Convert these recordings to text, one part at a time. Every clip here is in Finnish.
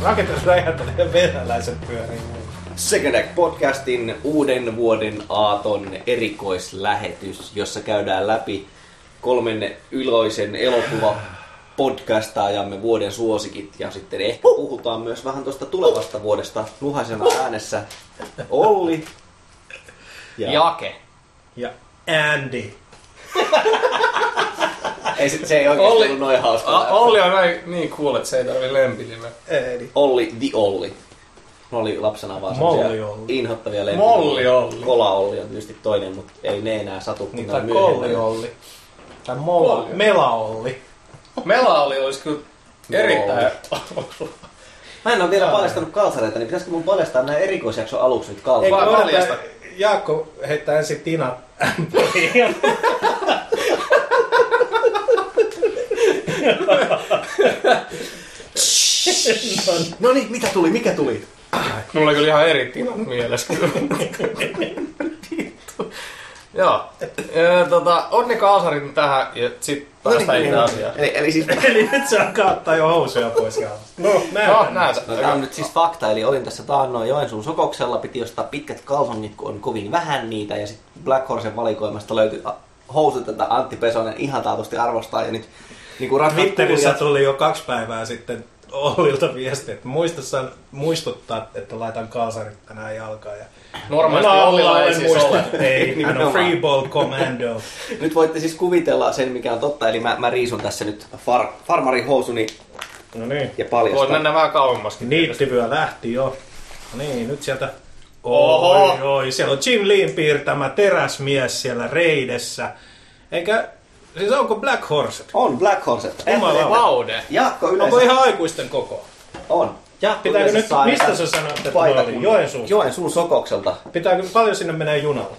Rakenteessa räjähtelee venäläiset pyöriin. Second Act podcastin uuden vuoden aaton erikoislähetys, jossa käydään läpi 3 iloisen elokuva podcastaajamme vuoden suosikit ja sitten ehkä puhutaan myös vähän tuosta tulevasta vuodesta nuhaisena äänessä Olli ja Jake ja Andy. Se ei oikeasti ollut noin hauskaa. Olli on näin niin cool, että se ei tarvitse lempinimä. Olli the Olli. Mulla oli lapsena vaan semmosia inhottavia lempinimiä. Molli Olli. Kola Olli on tietysti toinen, mutta ei ne enää satu. Niin, tai Kolli Olli. Tai Mela Olli. Mela Olli olisi kyllä erittäin... Mä en ole vielä paljastanut kalsareita, niin pitäisikö mun paljastaa nämä erikoisjakson aluksi nyt kalsareita? Jaakko heittää ensin Tina ämpäriin. No niin, mitä tuli? Mikä tuli? Mulla oli kyllä ihan eri Tinan mielessä. Joo. Onni Kaasarin tähän ja sit päästään itse asiaan. Eli nyt se alkaa ottaa jo housuja pois jalasta. No, näytä. Tämä on nyt siis fakta, eli olin tässä taannoin Joensuun Sokoksella, piti ostaa pitkät kalsongit, kun on kovin vähän niitä, ja sitten Black Horsen valikoimasta löytyi housut, että Antti Pesonen ihan taatusti arvostaa, ja nyt niin kuin Twitterissä tuli jo 2 päivää sitten Ollilta viesti, että muistuttaa, että laitan kalsarit tänään jalkaan. Ja normaalisti Ollilla ei siis ole. Ei, hän on free ball commando. Nyt voitte siis kuvitella sen, mikä on totta, eli mä riisun tässä nyt farmarin housuni ja paljastan. Voit mennä vähän kauemmaskin. Niittivyö lähti jo. No niin, nyt sieltä... Oi, siellä on Jim Leen piirtämä teräsmies siellä reidessä. Eikä... Siis onko Black Horset? On Black Horset. Vaude. Jaakko yleensä... Onko ihan aikuisten koko? On. Pitääkö nyt, mistä sä sanoit, että oli? Joensuun Sokokselta. Pitääkö paljon sinne menee junalla?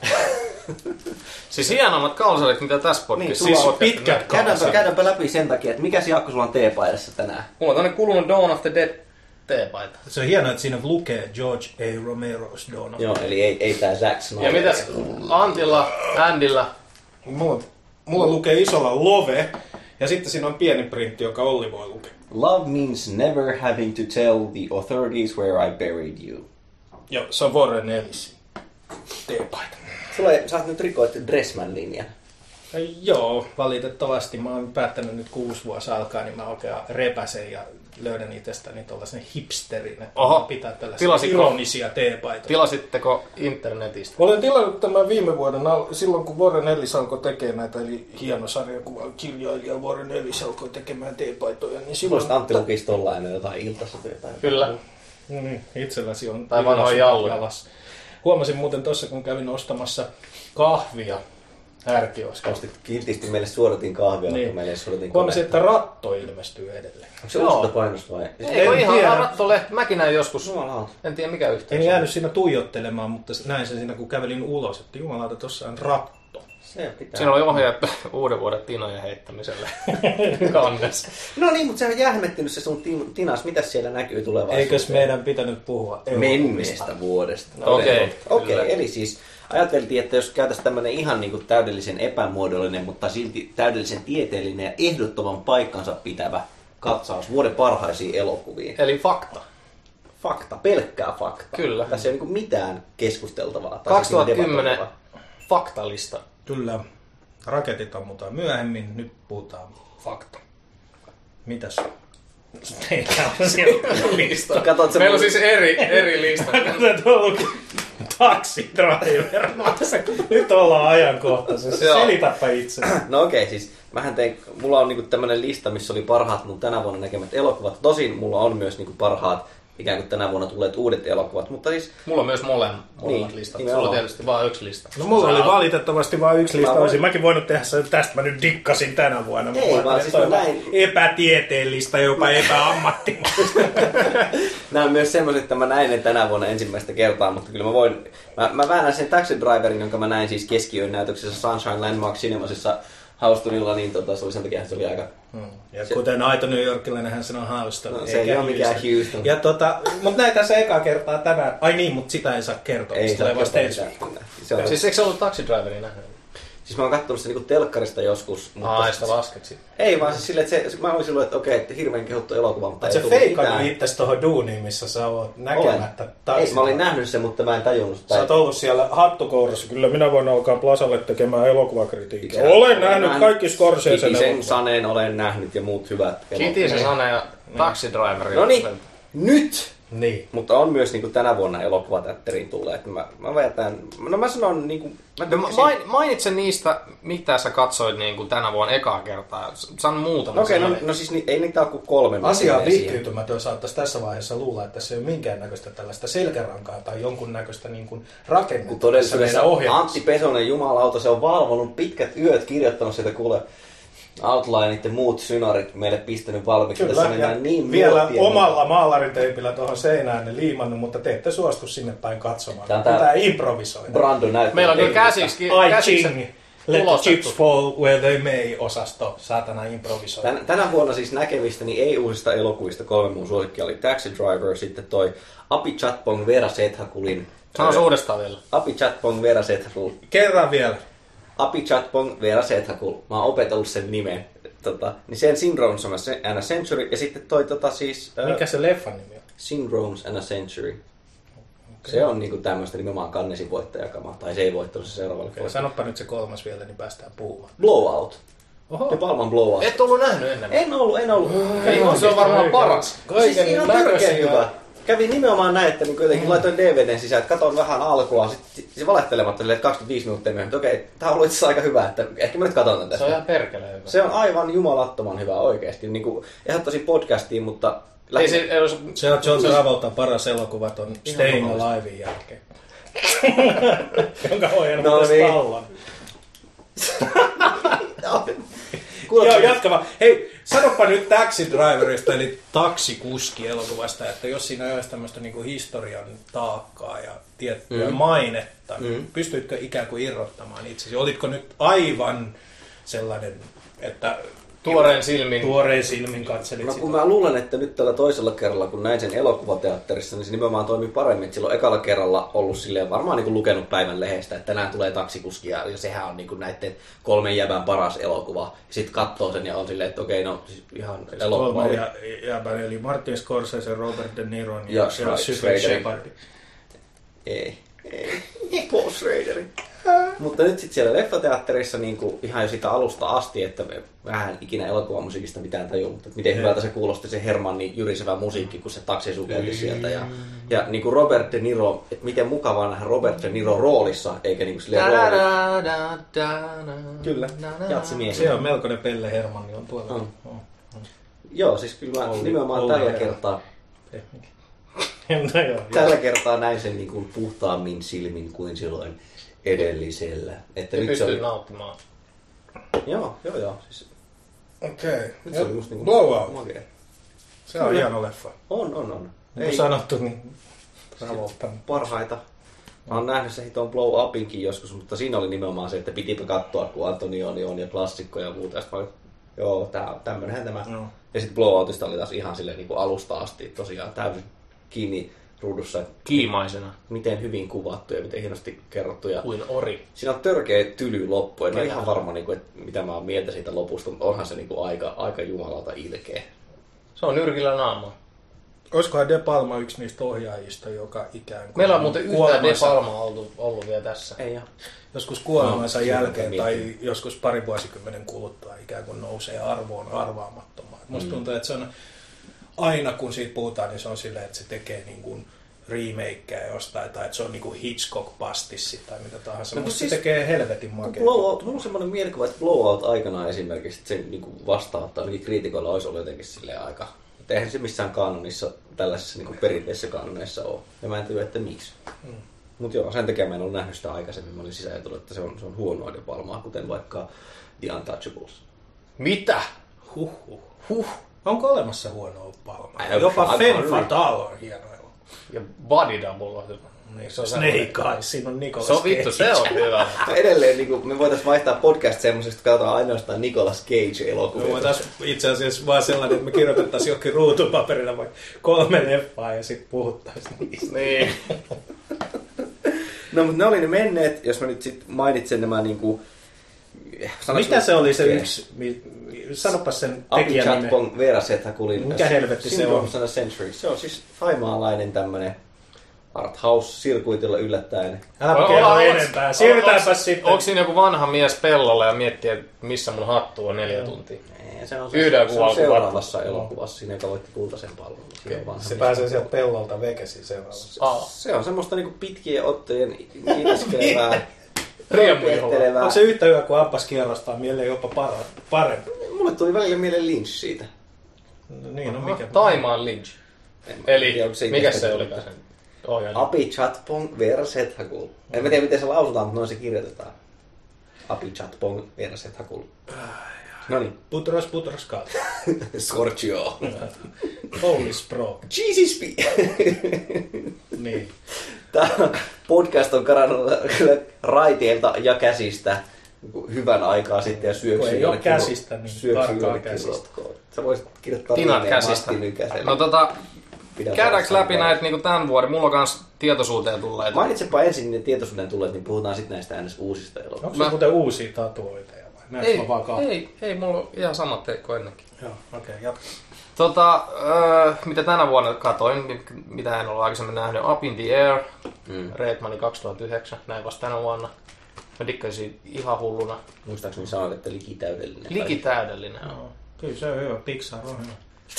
Siis hienommat kalsarit, mitä tässä podcastissa. Niin, siis pitkät kalsarit. Käydäänpä läpi sen takia, että mikäs Jaakko sulla on teepaidassa tänään? Mulla on tämmönen kulunut Dawn of the Dead teepaita. Se on hienoa, että siinä lukee George A. Romero's Dawn of the Dead. Joo, eli ei tää Zack Snyder. Ja mitäs Antilla, Andyllä? Mulla lukee isolla Love, ja sitten siinä on pieni printti, joka Olli voi lukea. Love means never having to tell the authorities where I buried you. Joo, se on Warren Ellisin teepaita. Sä oot nyt rikoit Dressman-linjan. Joo, valitettavasti. Mä oon päättänyt nyt 6 vuosi alkaa, niin mä oikein repäsen ja löydän itsestäni tuollaisen hipsterin, että pitää tällaisia ironisia teepaitoja. Tilasitteko internetistä? Olen tilannut tämän viime vuoden, silloin kun Warren Ellis alkoi tekemään näitä, eli hieno sarjakuva kirjailija Warren Ellis alkoi tekemään teepaitoja. Niin silloin Antti lukisi tollainen jotain iltasatyötä. Kyllä. No niin, itselläsi on tai vanhoja jalluja. Huomasin muuten tuossa, kun kävin ostamassa kahvia Härkioska. Ostit kiltisti meille suodatin kahvia, niin. Meille suodatin huomasin, että Ratto ilmestyy edelleen. Onko se uusinta painos vai? Ei ihan Ratto-lehti. Mäkin näin joskus. En tiedä mikä yhteys. En jäänyt siinä tuijottelemaan, mutta näin sen siinä kun kävelin ulos, että jumalauta, tossa on Ratto. Siinä oli ohjeet uuden vuoden tinojen heittämiselle kannessa. No niin, mutta se on jähmettynyt se sun tinas. Mitäs siellä näkyy tulevaisuudessa? Eikös meidän pitänyt puhua menneestä vuodesta? Okei, eli siis ajateltiin, että jos käytäisiin tämmöinen ihan niin kuin täydellisen epämuodollinen, mutta silti täydellisen tieteellinen ja ehdottoman paikkansa pitävä katsaus vuoden parhaisiin elokuviin. Eli fakta. Fakta, pelkkää fakta. Kyllä. Tässä ei ole niin mitään keskusteltavaa. 2010 faktalista. Kyllä. Raketit ammutaan myöhemmin, nyt puhutaan fakta. Mitäs? Meillä on siellä lista. Meillä on siis eri lista. Taxi Driver. Nyt ollaan ajankohtaisessa. Selitäpä itse. No okei, siis mulla on niinku tämmönen lista, missä oli parhaat mun tänä vuonna näkemät elokuvat. Tosin mulla on myös niinku parhaat ikään kuin tänä vuonna tulleet uudet elokuvat, mutta siis... Mulla on myös molemmat listat. Sulla on tietysti vain 1 lista. No mulla oli valitettavasti vain 1 lista. Olisin mäkin voinut tehdä sen, tästä mä nyt dikkasin tänä vuonna. Ei vaan siis näin... Epätieteellistä, jopa epäammattimaista. Nämä on myös semmoiset, että mä näin ne tänä vuonna ensimmäistä kertaa, mutta kyllä mä voin... Mä väännän sen Taxi Driverin, jonka mä näin siis keskiyön näytöksessä Sunshine Landmark Cinemasissa Houstonilla, niin se oli sen takia, se oli aika... Ja kuten aito New Yorkilainenhän sanoo Houston. No, se ei ole mikään Houston. Ja mutta näin tässä ekaa kertaa tänään. Ai niin, mutta sitä ei saa kertoa. Ei se tulee vasta ensi viikolla. Siis eikö se ollut Taxi Driverin nähnyt? Siis mä oon kattonut sitä niinku telkkarista joskus. Mutta sitä lasket sitten. Ei vaan siis silleen, että mä olin silloin, että okei, että hirveän kehuttu elokuva, mutta se feikannut itse tohon duuniin, missä sä oot näkemättä. Ei, mä olin nähnyt sen, mutta mä en tajunnut sitä. Sä oot ollut siellä hattukourassa. Kyllä minä voin alkaa Plasalle tekemään elokuvakritiikkiä. Olen nähnyt kaikki Scorsesen elokuvat. Kitisen Saneen olen nähnyt ja muut hyvät elokuvat. Kitisen Sane ja Taxi Driver. No niin, nyt! Niin. Mutta on myös niinku tänä vuonna elokuvateatteriin tulee. Mä väitän, mä sanon niinku... Mainitse niistä, mitä sä katsoit niinku tänä vuonna ekaa kertaa. Sano muutama. Okei, no siis ei niitä ole kuin 3. Asiaan vihkiytymätön saattaisi tässä vaiheessa luulla, että se ei ole minkäännäköistä tällaista selkärankaa tai jonkunnäköistä niin rakennetta. Kun todellisuudessa Antti Pesonen, jumalauta, se on valvonut pitkät yöt kirjoittanut sitä kuule outlineit ja muut synarit meille pistänyt valmiiksi. Kyllä, tässä mennään niin vielä omalla maalaristeipillä tuohon seinään ne liimannut, mutta te ette suostu sinne päin katsomaan. Pitää improvisoida. Brando näyttää. Meillä on kyllä käsiksi Let the chips fall where they may -osasto, saatana improvisoi. Tänä vuonna siis näkevistäni ei uusista elokuvista 3 mun suosikkia oli Taxi Driver, sitten toi Apichatpong Veerasethakulin. Sano uudestaan vielä. Apichatpong Veerasethakulin. Kerran vielä. Apichatpong Veerasethakulin. Mä oon opetellut sen nimen. Niin sen Syndromes and a Century ja sitten toi siis... Mikä se leffan nimi on? Syndromes and a Century. Okay. Se on niinku tämmöistä nimenomaan Cannesin voittajakamaa. Tai se ei voittanut se seuraavalle. Okay, sanoppa nyt se 3. vielä, niin päästään puhumaan. Blowout. Oho. De Palman Blowout. Et ollut nähnyt ennen. En ollut. Se on varmaan paras. Siis ihan törkeä hyvä. Kävi nimenomaan näin, että niin jotenkin laitoin DVDn sisään, että katon vähän alkua, sitten se valehtelematta silleen, että 25 minuuttia myöhemmin, että okei, tää on ollut itse asiassa aika hyvä, että ehkä mä nyt katon tästä. Se on ihan perkele hyvä. Se on aivan jumalattoman hyvä oikeesti. Niin kuin ehdottaisin podcastiin, mutta... Se on John Travoltan paras elokuva ton Staying Alivein jälkeen. Jonka ohjelma Stallon. Joo, jatkava. Hei, sanoppa nyt Taxi Driverista, eli taksikuski-elokuvasta, että jos siinä olisi tämmöistä niinku historian taakkaa ja tiettyä mainetta, niin pystyitkö ikään kuin irrottamaan itsesi? Olitko nyt aivan sellainen, että tuoreen silmin katselit sitä? Kun mä luulen, että nyt tällä toisella kerralla, kun näin sen elokuvateatterissa, niin se nimenomaan toimii paremmin. Että silloin ekalla kerralla ollut silleen varmaan niin lukenut päivän lehdestä, että tänään tulee taksikuski ja sehän on niin näiden 3 jäbän paras elokuva. Sitten katsoo sen ja on silleen, että okei, no siis ihan siis elokuva. 3 jäbän, eli Martin Scorsese, Robert De Niro ja Cyprian Shepard. Ei. Paul Schraderi. Mutta nyt sitten siellä leffateatterissa niin ihan jo sitä alusta asti, että vähän ikinä elokuvamusiikista mitään tajua, mutta miten hyvältä se kuulosti se Hermannin jyrisevä musiikki, kun se taksi sukelti sieltä. Ja niin kuin Robert De Niro, että miten mukavaa nähdä Robert De Niro roolissa, eikä niin kuin silleen Kyllä, jatsimies. Se on melkoinen Pelle Hermanni on tuolla. Joo, siis kyllä mä nimenomaan tällä kertaa... Tällä kertaa näin sen niin kuin puhtaammin silmin kuin silloin edellisellä. Että nyt pystyy nauttimaan. Joo. Siis... Okei. Nyt se oli musta niin Blowout. Se on hieno leffa. On. Niin kuin sanottu, niin Travoltan parhaita. Mä oon nähnyt se hiton Blow Upinkin joskus, mutta siinä oli nimenomaan se, että pitipä katsoa, kun Antonioni on ja klassikko ja muuta. Sitten mä joo, tämmönenhän tämä. No. Ja sitten Blowoutista oli taas ihan silleen niin kuin alusta asti tosiaan täysin kiinni ruudussa. Kiimaisena. Miten hyvin kuvattu ja miten hienosti kerrottu. Ja kuin ori. Siinä on törkeä tyly loppu. En ole ihan varma, että mitä mä oon mieltä siitä lopusta, mutta onhan se aika jumalalta ilkeä. Se on nyrkillä naama. Olisikohan De Palma yksi niistä ohjaajista, joka ikään kuin... Meillä on muuten yhtään De Palma ollut vielä tässä. Ei ole. Joskus kuolemansa jälkeen tai joskus pari vuosikymmenen kuluttua ikään kuin nousee arvoon arvaamattomaan. Musta tuntuu, että se on aina kun siitä puhutaan, niin se on silleen, että se tekee niin kuin remakeä jostain, tai että se on niin kuin Hitchcock-pastissi tai mitä tahansa. Mutta siis, se tekee helvetin makea. Blowout, mulla on semmoinen mielikuva, että Blowout aikanaan esimerkiksi sen niin kuin vastaanottaa ainakin kriitikoilla olisi ollut jotenkin silleen aika... Että eihän se missään kanonissa, tällaisissa niin kuin perinteisissä kanoneissa ole. Ja mä en tiedä, että miksi. Mutta joo, sen takia mä en ole nähnyt sitä aikaisemmin. Mä olin sisäajatellut, että se on huonoa De Palmaa, kuten vaikka The Untouchables. Mitä? Huh. Onko olemassa huonoa Palmaa? Jopa Femme Fatale on hieno elokuva. Ja Body Double on hyvä. Niin, se on Snake Eyes, siinä on Nicolas Cage. Se on hyvä. Edelleen niin kuin, me voitaisiin vaihtaa podcast semmoisesta, että katsotaan ainoastaan Nicolas Cage-elokuvia. Me voitaisiin itse asiassa vaan sellainen, että me kirjoitettaisiin jokin ruutupaperilla vaikka 3 leffaa ja sitten puhuttaisiin niistä. Niin. No, mutta ne oli ne menneet, jos mä nyt sit mainitsen nämä niinku Mitä se oli se yksi? Sanopas sen tekijän nimen. Apichatpong Veerasethakulin Mikä helvetti se on? Century. Se on siis thaimaalainen tämmönen arthouse-sirkuitilla yllättäen. Älä kerro enempää. Siirrytäänpäs sitten. Onko siinä joku vanha mies pellolla ja miettii, että missä mun hattu on 4 tuntia? Se on seuraavassa elokuvassa, siinä joka voitti kultaisen pallon. Se pääsee sieltä pellolta vekesiin seuraavassa. Se on semmoista niinku pitkien ottojen kiineskelevää. Onko se yhtä hyvä kuin Abba Kierrostaan, mieleen jopa parempi? Mulle tuli välillä mieleen Lynch siitä. No niin, no mikä? Thaimaan Lynch. Eli mikä se olikaan sen ohjaaja? Apichatpong Veerasethakulin. En tiedä miten se lausutaan, mutta noin se kirjoitetaan. Apichatpong Veerasethakulin. Noniin. Putros kat. Scorchio. Holy Spro. Jesus be. Niin. Tämä podcast on karannut raiteilta ja käsistä hyvän aikaa sitten ja syöksy ei ole käsistä, niin varkaan käsistä. Sä voisit kirjoittaa Tinat käsistä. No käydäänkö läpi näitä niin tämän vuoden? Mulla on kans tietoisuuteen tulleita. Mainitsepa ensin ne tietoisuuteen tulleet, niin puhutaan sitten näistä äänes uusista elokuvista. Onko se muuten uusia tatuointeja vai? Näetkö vaan kahta? Ei, mulla on ihan samat teikko ennenkin. Joo, okei, jatka. Mitä tänä vuonna katoin, mitä en ollut aikaisemmin nähnyt, Up in the Air, Reitmani 2009, näin vasta tänä vuonna. Mä dikkasin ihan hulluna. Muistaakseni sanoit, että likitäydellinen. Likitäydellinen, joo. Kyllä se on hyvä, Pixar on hyvä.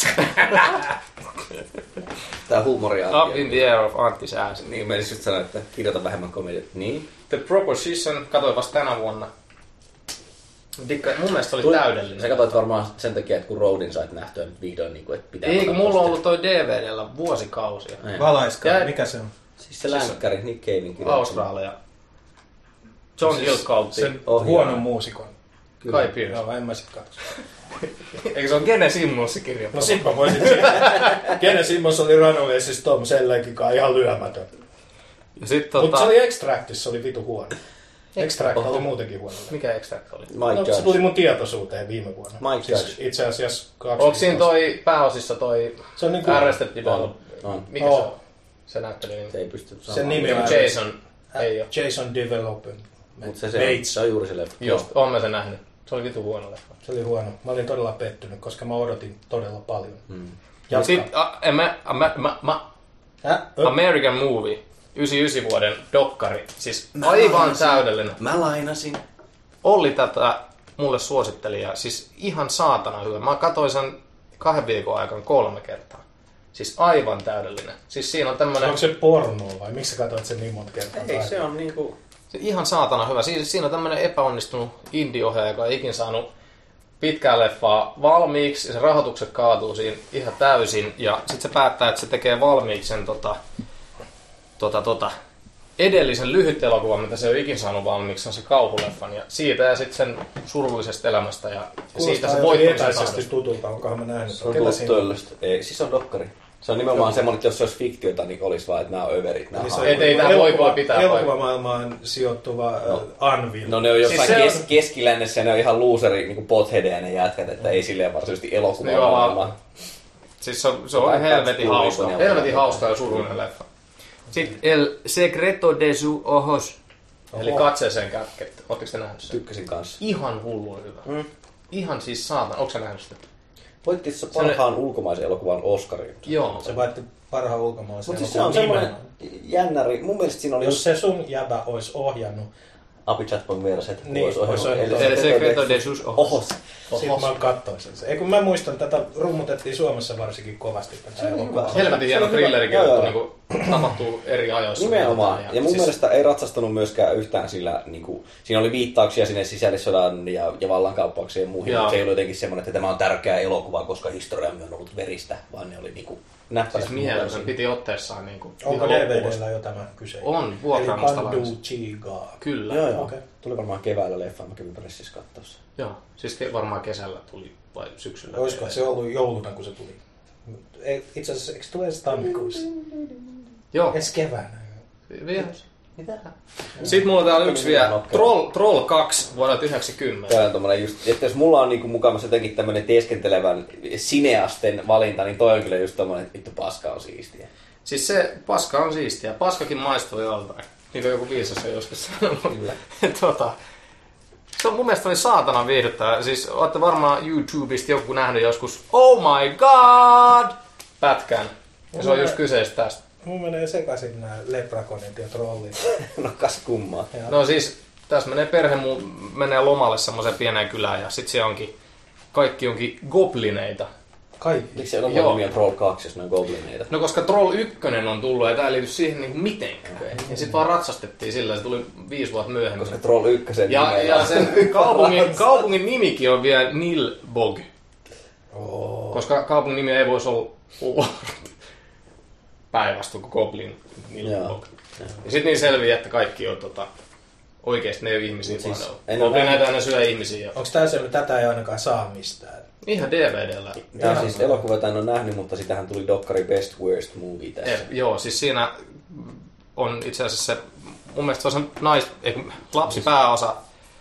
Tää huumoria. Up in the Air of Antti Sääs. Niin, mä just sanoin, että kirjoita vähemmän komediat. Niin. The Proposition, katoin vasta tänä vuonna. Mun mielestä se oli täydellinen. Sä katsoit varmaan sen takia, että kun Roadin sait nähtyä nyt vihdoin, niin kuin, että pitää... Ei, kun mulla on ollut toi DVDllä vuosikausia. Valaiskaa, mikä se on? Siis se länkkäri, Nick Cavein kirjoittama. Australia. John Hillcoat. Sen huonon muusikon. Kai Pierce. Joo, en mä sit katso. Eikö se ole Gene Simmons kirjoittama? No sit mä voisin Gene Simmons oli Runawaysissa Tom Sellenckin ihan lyömätön. Mutta se oli Extractissa, se oli vitu huono. Extract oli muutenkin huono. Mikä Extract oli? Se tuli mun tietoisuuteen viime vuonna. Mike Judge. Siis itse asiassa 2. Onko siinä toi pääosissa toi niinku Arrested Development? Mikä se on? Se näytteli niin. Se ei pysty sen nimi on Jason. Ei oo. Jason Development. Mutta se on juuri se leffa. Joo, oon mä sen nähnyt. Se oli vitu huono leffa. Se oli huono. Mä olin todella pettynyt, koska mä odotin todella paljon. Sitten American Movie. 99 vuoden dokkari. Siis aivan täydellinen. Mä lainasin. Olli tätä mulle suositteli ja siis ihan saatana hyvä. Mä katsoin sen 2 viikon aikana 3 kertaa. Siis aivan täydellinen. Siis siinä on tämmönen... Onko se porno vai miksi sä katsoit sen niin monta kertaa? Ei, se on niinku... Ihan saatana hyvä. Siis siinä on tämmönen epäonnistunut indie-ohjaaja, joka ei ikin saanut pitkää leffaa valmiiksi. Ja se rahoitukset kaatuu siinä ihan täysin. Ja sit se päättää, että se tekee valmiiksi sen edellisen lyhyt elokuva, mitä se ei ole ikin saanut valmiiksi, on se kauhuleffan. Ja siitä ja sitten sen surullisesta elämästä ja siitä se voittamisen etäisesti tutulta, onkohan mä nähnyt. Se on tullut töllöstä. Ei, siis on dokkari. Se on nimenomaan semmoinen, että jos se olisi fiktiota, niin olisi vaan, että nämä on överit. Ei tämä voi pitää elokuvamaailmaan sijoittuva Anvil. No ne on jossain keskilännessä ja ne on ihan looseri, niin kuin potheadeja ne jätkät, että ei silleen varsinaisesti elokuvamaailmaa. Siis se on helvetin hauska. Helvetin hauska ja surullinen leffa. Sitten El Secreto de sus ojos. Eli katseeseen kätkettä. Oletteko te nähnyt sen? Tykkäsin kanssa. Ihan hullu hyvä. Ihan siis saatan. Onko sä nähnyt sitä? Voitti se parhaan ulkomaisen elokuvan Oscarin. Joo. Se voitti parhaan ulkomaisen elokuvan. Mutta siis se on semmoinen jännäri. Mun mielestä siinä oli... Jos se sun jäbä olisi ohjannut... Apichatpong Veerasethakulin niin, olisi ohjannut. El Secreto de sus ojos. Sitten mä katsoin sen. Ei kun mä muistan, tätä rummutettiin Suomessa varsinkin kovasti. Helvetin hieno thrilleri, kun tapahtuu eri ajoissa. Nimenomaan. Ja mun mielestä ei ratsastanut myöskään yhtään sillä, niin siinä oli viittauksia sinne sisällissodan ja vallankauppauksiin ja muihin. Se ei ollut jotenkin semmoinen, että tämä on tärkeä elokuva, koska historiamme on ollut veristä, vaan ne oli niinku näppärästi. Siis mielessä piti otteessaan niinku. Onko DVD:llä jo tämä kyse? On, vuokraamusta Kyllä. Joo. Okay. Tuli varmaan keväällä leffa, mä kävin pressissä katsossa. Joo, siis varmaan kesällä tuli vai syksyllä. Olisiko se ollut jouluna, kun se tuli? Itse asiassa, eikö tule edes tammikuussa? Joo. Edes keväänä. Mitä? Sitten mulla on täällä yksi vielä. Troll 2 vuodelta 90. Tämä on tommonen just, että jos mulla on niinku mukamassa jotenkin tämmönen teeskentelevän sineasten valinta, niin toi on kyllä just tommonen, että vittu paska on siistiä. Siis se paska on siistiä. Paskakin maistuu joltain. Niin kuin joku viisas on joskus sanonut. Se on mun mielestä oli saatana viihdyttävää. Siis ootte varmaan YouTubesta joku nähnyt joskus Oh my God! Pätkän. Ja se on just kyseistä tästä. Mun menee sekaisin nämä leprakonit ja trollit. No kas kummaa. No siis tässä menee perhe menee lomalle semmoiseen pieneen kylään ja sit se onkin, kaikki onkin goblineita. Kaikki. Miksi se on nimi Troll 2, jos ne on goblineita? No koska Troll 1 on tullut ja tää ei liity siihen niinku mitenkään. Ja sit vaan ratsastettiin sillä, se tuli 5 vuotta myöhemmin. Koska Troll 1 ja sen kaupungin nimikin on vielä Nilbog. Oh. Koska kaupungin nimi ei voisi olla päinvastoin kuin Goblin Nilbog. Ja sit niin selviää, että kaikki on oikeesti ne ei ole ihmisiä, siis, vaan goblineita aina syö ihmisiä. Onks tää se, tätä ei ainakaan saa mistään? Ihan DVD:llä. Tää siis elokuvata en ole nähnyt, mutta sitähän tuli dokkari Best Worst Movie tässä. Joo, siis siinä on itse asiassa se, mun mielestä se on lapsipääosa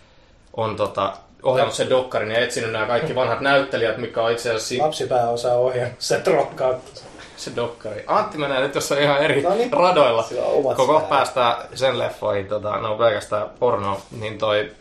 on ohjannut sen dokkarin ja etsinyt nämä kaikki vanhat näyttelijät, mikä on itse asiassa... Lapsipääosa on ohjannut se trokkautta. Se dokkari. Antti menee nyt tuossa ihan eri radoilla. Koko päästään sen leffoihin, ne on pelkästään porno, niin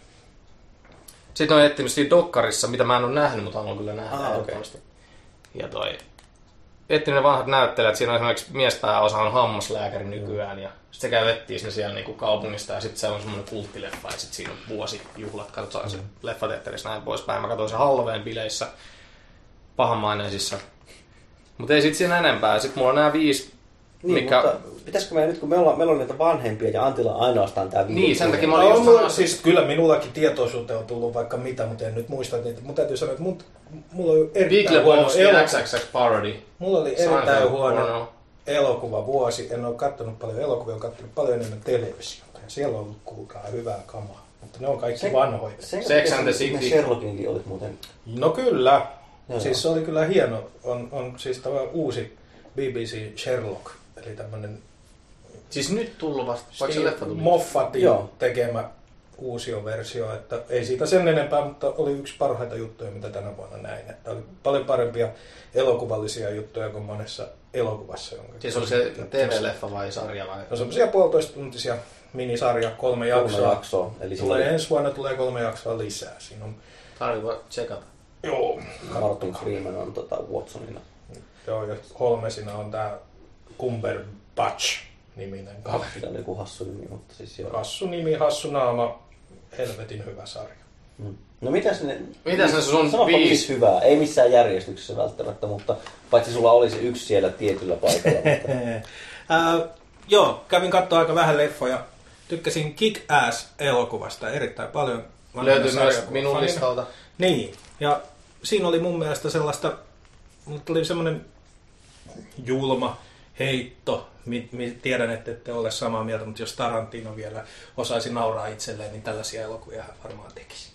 sitten on etsinyt siinä dokkarissa, mitä mä en ole nähnyt, mutta haluan kyllä nähdä. Okay. Ja etsinyt ne vanhat näyttelijät, siinä on esimerkiksi miespääosa on hammaslääkäri nykyään, ja sit se käy etsiä sinne siellä niinku kaupungista, ja sitten se on semmoinen kulttileffa, ja sitten siinä on vuosijuhlat, katsotaan se leffateatterissa näin poispäin. Mä katsoin sen Halloween-bileissä, pahanmaineisissa. Mutta ei sit siinä enempää. Sitten mulla on nämä 5, niin, mikä... mutta pitäisikö meidän nyt, kun meillä on näitä vanhempia ja Antilla on ainoastaan tää 5. Niin, sen takia mä olin just sanonut. Siis kyllä minullakin tietoisuuteen on tullut vaikka mitä, mutta en nyt muista niitä. Mun täytyy sanoa, että mulla oli erittäin huono XXX parody. Mulla oli erittäin huono elokuvavuosi. En ole kattonut paljon elokuvia, olen kattonut paljon enemmän televisiota. Ja siellä on ollut kuulkaa hyvää kamaa. Mutta ne on kaikki vanhoja. Sex and the City. Sherlockinkin olit muuten. No kyllä. Joo. Siis se oli kyllä hieno. On siis tämä uusi BBC Sherlock. Eli tämmönen... Siis nyt tullut vasta, vaikka se leffa tuli? Moffatin tekemä uusioversio, että ei siitä sen enempää, mutta oli yksi parhaita juttuja, mitä tänä vuonna näin. Että oli paljon parempia elokuvallisia juttuja kuin monessa elokuvassa. Siis oli se TV-leffa vai sarja vai? No semmosia 1,5-tuntisia minisarja, 3 jaksoa. Eli ensi vuonna tulee 3 jaksoa lisää. Siinä on... Tarvitse tsekata. Joo. Martin Freeman on Watsonina. Joo, ja Holmesina on tää Cumberbatch-niminen kaveri. Tämä on joku hassu nimi, mutta siis joo. Hassu nimi, hassu naama, helvetin hyvä sarja. No mitäs ne sun 5 hyvää? Ei missään järjestyksessä välttämättä, mutta paitsi sulla olisi yksi siellä tietyllä paikalla. Joo, kävin katsoa aika vähän leffoja. Tykkäsin Kick-Ass-elokuvasta erittäin paljon. Löytyy myös minun listalta. Niin, ja siinä oli mun mielestä sellaista, mutta oli semmoinen julma heitto. Tiedän, että ette ole samaa mieltä, mutta jos Tarantino vielä osaisi nauraa itselleen, niin tällaisia elokuvia hän varmaan tekisi.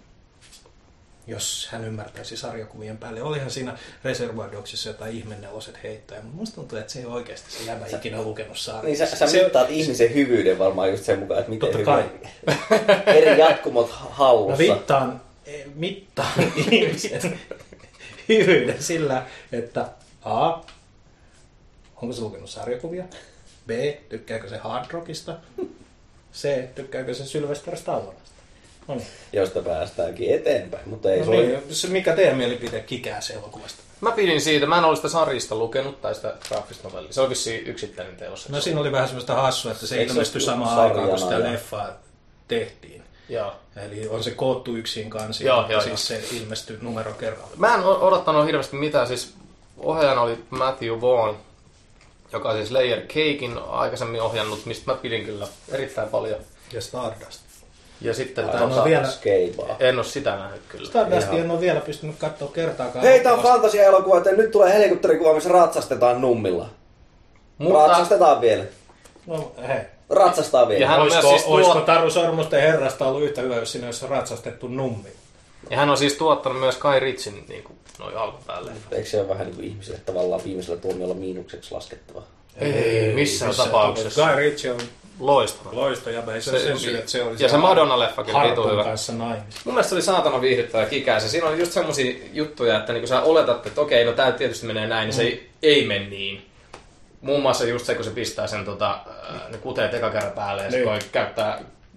Jos hän ymmärtäisi sarjakuvien päälle. Olihan siinä Reservoir Dogsissa jotain ihmenneloset heittoja, mutta musta tuntuu, että se ei ole oikeasti se jäbä ikinä lukenut sarjaa. Niin sä mittaat ihmisen hyvyyden varmaan just sen mukaan, että miten hyvä. Eri jatkumot hallussa. Mä mittaan ihmisen hyvyyden sillä, että A. Onko se lukenut sarjakuvia? B. Tykkääkö se Hard Rockista? C. Tykkääkö se Sylvester Stallonesta? No niin. Josta päästäänkin eteenpäin, mutta ei Mikä teidän mielipide Kick-Ass-elokuvasta? Mä pidin siitä. Mä en ole sitä sarjista lukenut tai sitä graafista novellia. Se on vissiin yksittäinen teos. No siinä oli vähän semmoista hassua, että se ilmestyi samaan aikaan, kun sitä leffaa tehtiin. Joo. Eli on se koottu yksin kansi, ja siis se ilmestyi numero kerralla. Mä en odottanut hirveästi mitään. Siis ohjaajana oli Matthew Vaughn, joka siis Layer Cakein aikaisemmin ohjannut, mistä mä pidin kyllä erittäin paljon. Ja Stardust. Ja sitten en ole sitä nähnyt kyllä. Stardustia en ole vielä pystynyt katsoa kertaakaan. Hei, tää on fantasia-elokuva, että nyt tulee helikopterikuva, missä ratsastetaan nummilla. Ratsastetaan vielä. No hei. Ratsastaa vielä. Ja olisiko Taru Sormusten herrasta ollut yhtä hyvä, jos siinä olisi ratsastettu nummi? Ja hän on siis tuottanut myös Guy Ritchin niin noin alkupäälle. Eikö se ole vähän niin kuin ihmisille tavallaan viimeisellä tuomiolla miinukseksi laskettava? Ei missään tapauksessa. Guy Ritchie on loistava. Ja se Madonna-leffakin vitu hyvä. Kanssa naimis. Mun mielestä se oli saatana viihdyttävä Kick-Ass. Siinä on just semmosia juttuja, että niinku sä oletat, että okei, no tää tietysti menee näin, niin se ei mene niin. Muun muassa just se, kun se pistää sen ne kuteet eka kerran päälle ja se käyttää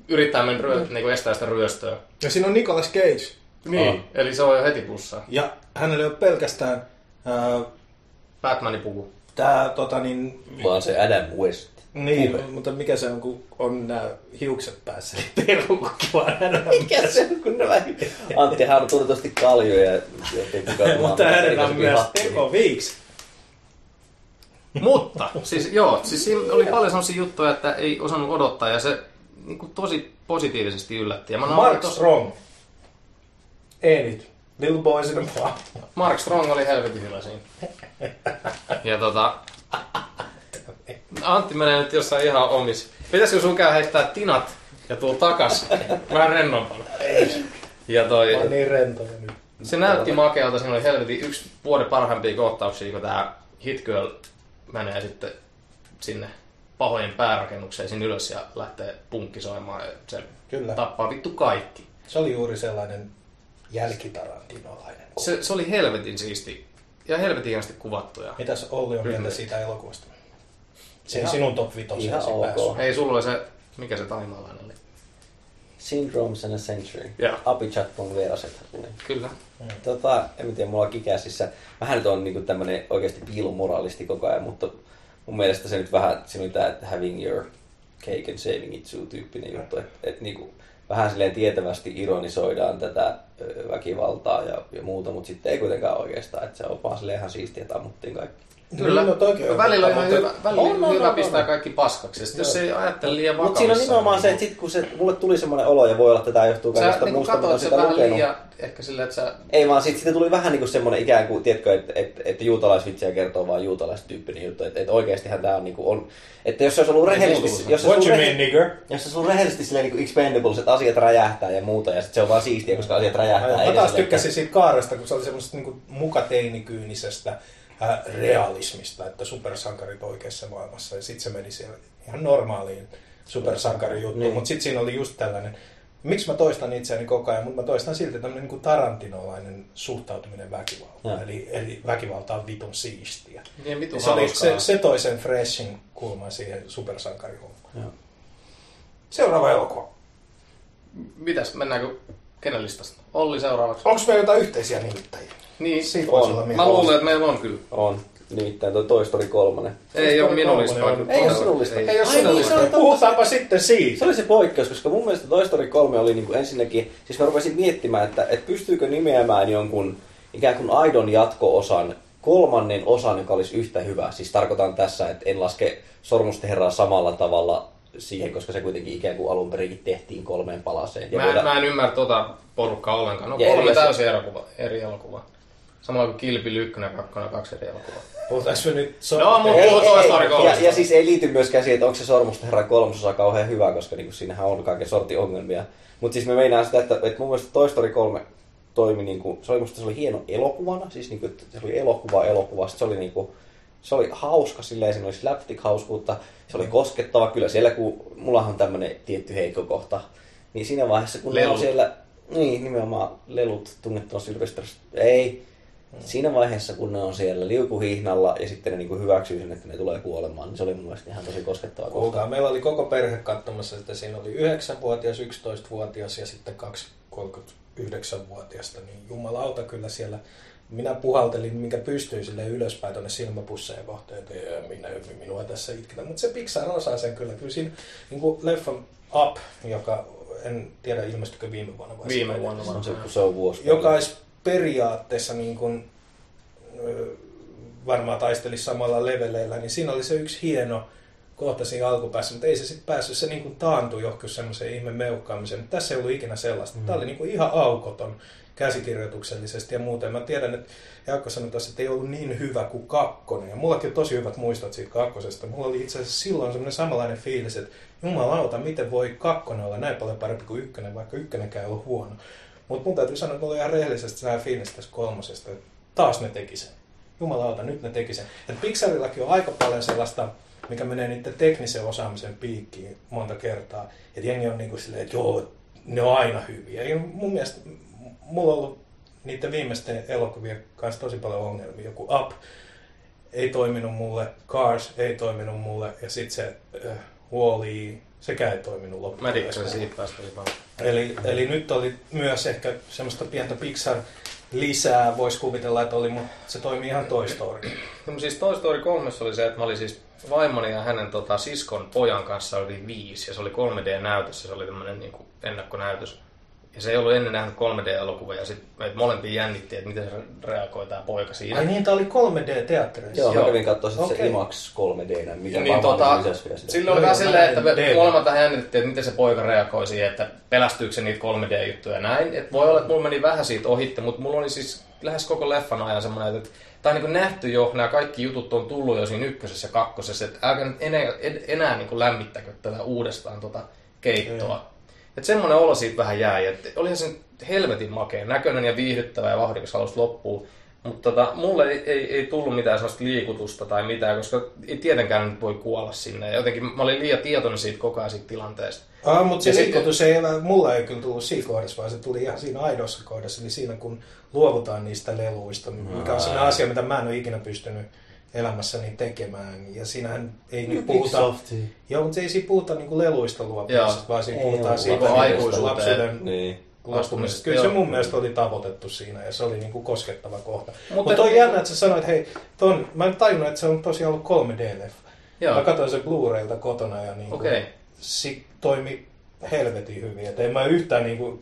yrittää mennä niinku estää sitä ryöstöä. Ja siinä on Nicolas Cage. Niin, eli se on jo heti plussaa. Ja hänellä ei ole pelkästään Batmanin puku. tää vaan se Adam West. Niin, mutta mikä se on, kun on nämä hiukset päässä, niin perukki vaan Mikä se on, kun nämä... Anttihan on tunnetusti kaljoja. Mutta hänellä on myös tekoviiksi. Mutta, siis siinä oli paljon sellaisia juttuja, että ei osannut odottaa ja se niin kuin tosi positiivisesti yllätti. Ja Mark Strong. Enid. Little Boys in the Farm. Mark Strong oli helvetin hyvä siinä. Ja Antti menee nyt jossain ihan omis. Pitäisikö sun käy heittää tinat ja tuu takas vähän rennompana? Ei. Ja mä oon niin rentoja nyt. Se näytti makealta, siinä oli helvetin yksi vuoden parhaimpia kohtauksia, kun tää Hit Girl menee sitten sinne pahojen päärakennukseen sinne ylös ja lähtee punkkisoimaan ja se Kyllä. tappaa vittu kaikki. Se oli juuri sellainen jälkitarantinolainen. Se oli helvetin siisti ja helvetin hienosti kuvattu. Ja mitäs Olli on mieltä siitä elokuvasta? Se ei sinun top 5 ihan ok. Ei, sulla oli se, mikä se taimaalainen oli? Syndromes in a Century. Joo. Apichatpon veraset. Kyllä. En tiedä, mulla on kikäsissä. Mähän nyt on niinku tämmönen oikeesti piilomoraalisti koko ajan, mutta mun mielestä se nyt vähän, se on tää having your cake and saving it tyyppinen juttu. Että niinku vähän silleen tietävästi ironisoidaan tätä väkivaltaa ja muuta, mutta sitten ei kuitenkaan oikeastaan. Että se on vaan silleen ihan siistiä, että ammuttiin kaikki. Kyllä. No, välillä on ihan hyvä pistää kaikki paskaksi. Sitten jos ei ajattele liian vakavissaan. Mutta siinä on nimenomaan se, että sit, kun mulle tuli semmoinen olo, ja voi olla, että tämä johtuu kaikesta niin muusta, mitä sitä vähän lukenut. liian, ehkä silleen, että sä... Ei vaan siitä tuli vähän niin kuin semmoinen ikään kuin, tiedätkö, että juutalaisvitsiä kertoo vaan juutalaistyyppinen juttu. Että oikeastihan tämä on niin kuin on... Että jos se olisi ollut rehellisesti... What you mean, nigger? Jos se olisi ollut rehellisesti silleen niin kuin Expendables, että asiat räjähtää ja muuta, ja sitten se on vaan siistiä, koska asiat räjähtää. Mä taas tykkäsin siitä kaaresta, kun se oli semmoista niin kuin mukateinikyynnisestä realismista, että supersankarit oikeassa maailmassa. Ja sitten se meni siellä ihan normaaliin supersankarijuttuun. Niin. Mutta sitten siinä oli just tällainen, miksi mä toistan itseäni koko ajan, mutta mä toistan silti tämmöinen niin kuin tarantinolainen suhtautuminen väkivaltaan. Eli väkivalta on vitun siistiä. Niin, vitun se toi sen freshin kulman siihen supersankarihommaan. Seuraava elokuva. Mitäs, mennäänkö kenen listasta? Olli seuraavaksi. Onko meillä jotain yhteisiä nimittäjiä? Niin, siitä voisi olla mä luulen, että meillä on kyllä. On. Nimittäin toi Toy Story 3. Ei ole minun listaa. Ei ole sinun listaa. Ei ole sinun listaa. Puhutaanpa sitten siitä. Se oli se poikkeus, koska mun mielestä Toy Story 3 oli niin kuin ensinnäkin, siis mä rupesin miettimään, että pystyykö nimeämään jonkun ikään kuin aidon jatko-osan, kolmannen osan, joka olisi yhtä hyvä. Siis tarkoitan tässä, että en laske Sormusten herraa samalla tavalla siihen, koska se kuitenkin ikään kuin alun perinkin tehtiin 3 palaseen. Mä en ymmärrä tota porukkaa ollenkaan. No 3 täysin eri elokuva. Samalla kuin Kill Bill 1 ja 2 on 2 eri elokuvaa. Puhutaanko me nyt Toy Story 3. Ja siis ei liity myöskään siihen, että onko se Sormusten herra 3 osa kauhean hyvä, koska niinku siinähän on kaiken sortin ongelmia. Mutta siis me meinaan sitä, että mun mielestä Toy Story 3 toimi niinku, se oli hieno elokuvana, siis niinku, se oli elokuva, se oli niinku, se oli hauska silleen, siinä oli slapstick-hauskuutta, se oli koskettava, kyllä siellä kun mullahan on tämmönen tietty heikko kohta, niin siinä vaiheessa kun ne on siellä, niin nimenomaan lelut tunnettuna Sylvester, siinä vaiheessa kun ne on siellä liukuhihnalla ja sitten ne niinku hyväksyy sen, että ne tulee kuolemaan, niin se oli mun mielestä ihan tosi koskettava kohta. Meillä oli koko perhe katsomassa, että siinä oli 9-vuotias, 11-vuotias ja sitten 2-39-vuotiasta, niin jumalauta kyllä siellä. Minä puhaltelin, minkä pystyin silleen ylöspäin tuonne silmäpusseen kohtaan, että minua tässä itketä. Mutta se Pixar osaa sen kyllä. Kyllä siinä niin kuin leffan Up, joka en tiedä ilmestykö viime vuonna vai viime vuonna. Se on vuosi. Joka olisi periaatteessa niin kuin, varmaan taistelisi samalla leveleillä, niin siinä oli se yksi hieno kohta siinä alkupäässä, mutta ei se sitten päässyt, se niin kuin taantui johonkin semmoiseen ihme meukkaamiseen, mutta tässä ei ollut ikinä sellaista. Tämä oli niin kuin ihan aukoton käsikirjoituksellisesti ja muuten. Mä tiedän, että Jaakko sanoi tässä, että ei ollut niin hyvä kuin 2. Ja mullakin on tosi hyvät muistot siitä 2. Mulla oli itse asiassa silloin semmoinen samanlainen fiilis, että jumalauta, miten voi 2 olla näin paljon parempi kuin 1, vaikka 1:nkään ei ollut huono. Mutta mun täytyy sanoa, että mulla oli ihan rehellisesti sellainen fiilis tästä 3. Että taas ne teki sen. Jumalauta, nyt ne teki sen. Et Pixarillakin on aika paljon sellaista, mikä menee niiden teknisen osaamisen piikkiin monta kertaa. Että jengi on niin kuin silleen, että joo, ne on aina hyviä. Ja mun mielestä mulla on ollut niiden viimeisten elokuvien kanssa tosi paljon ongelmia. Joku Up ei toiminut mulle, Cars ei toiminut mulle ja sitten se Wall-E Sekään ei toiminut loppuun. Mä dikkasin siitä päästä vaan. Eli nyt oli myös ehkä semmoista pientä Pixar lisää, voisi kuvitella, että oli, mutta se toimii ihan Toy Story. No, siis Toy Story 3 oli se, että mä olin siis vaimoni ja hänen siskon pojan kanssa oli 5 ja se oli 3D-näytös ja se oli tämmöinen niin kuin ennakkonäytös. Ja se ei ollut ennen nähnyt 3D-elokuvaa ja sitten meitä molempia jännitti, että miten se reagoi tämä poika siinä. Ai niin, tämä oli 3D-teattereissa? Joo, mä kävin katsoa se IMAX 3D, mikä niin, silloin oli vähän silleen, että me molemmat tähän jännitettiin, että miten se poika reagoi siihen, että pelästyykö se niitä 3D-juttuja näin. Et voi olla, että mulla meni vähän siitä ohitte, mutta mulla oli siis lähes koko leffan ajan semmoinen, että tämä on niin nähty jo, nämä kaikki jutut on tullut jo siinä 1. ja 2. että älkää nyt enää niin lämmittäkö tätä uudestaan keittoa. Että semmoinen olo siitä vähän jäi, että olihan se helvetin makea, näköinen ja viihdyttävä ja vahdikas alusta loppuun. Mutta mulle ei tullut mitään sellaista liikutusta tai mitään, koska ei tietenkään nyt voi kuolla sinne. Ja jotenkin mä olin liian tietoinen siitä koko ajan siitä tilanteesta. Mutta se liikutus mulla ei kyllä tullut siinä kohdassa, vaan se tuli ihan siinä aidossa kohdassa. Eli siinä kun luovutaan niistä leluista, mikä on sellainen asia, mitä mä en ole ikinä pystynyt elämässäni tekemään. Ja siinähän ei nyt puhuta... Joo, mutta ei siinä puhuta niinku leluista luopumisesta, vaan siinä puhutaan siitä lapsuuden loppumisesta. Kyllä se mun mielestä oli tavoitettu siinä ja se oli niinku koskettava kohta. Mutta on jännä, että sä sanoit, hei, mä en tajunnut, että se on tosiaan ollut 3D-leffa. Mä katsoin sen Blu-raylta kotona ja niinku, toimi helvetin hyvin. Et en mä yhtään niinku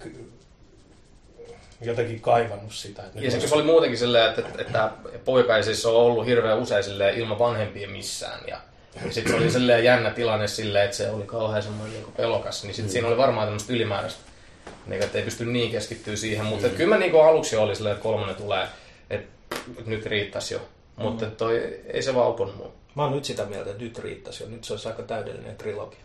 jotenkin kaivannut sitä. Ja se oli muutenkin silleen, että poika ei siis ole ollut hirveän usein ilman vanhempia missään. Ja sitten se oli silleen jännä tilanne silleen, että se oli kauhean semmoinen niin pelokas. Niin sitten siinä oli varmaan tämmöistä ylimääräistä, että ei pysty niin keskittyä siihen. Mutta kyllä mä niin aluksi oli silleen, että 3 tulee, että nyt riittäisi jo. Mutta ei se vaan opunut mua. Mä oon nyt sitä mieltä, että nyt riittäisi jo. Nyt se olisi aika täydellinen trilogia.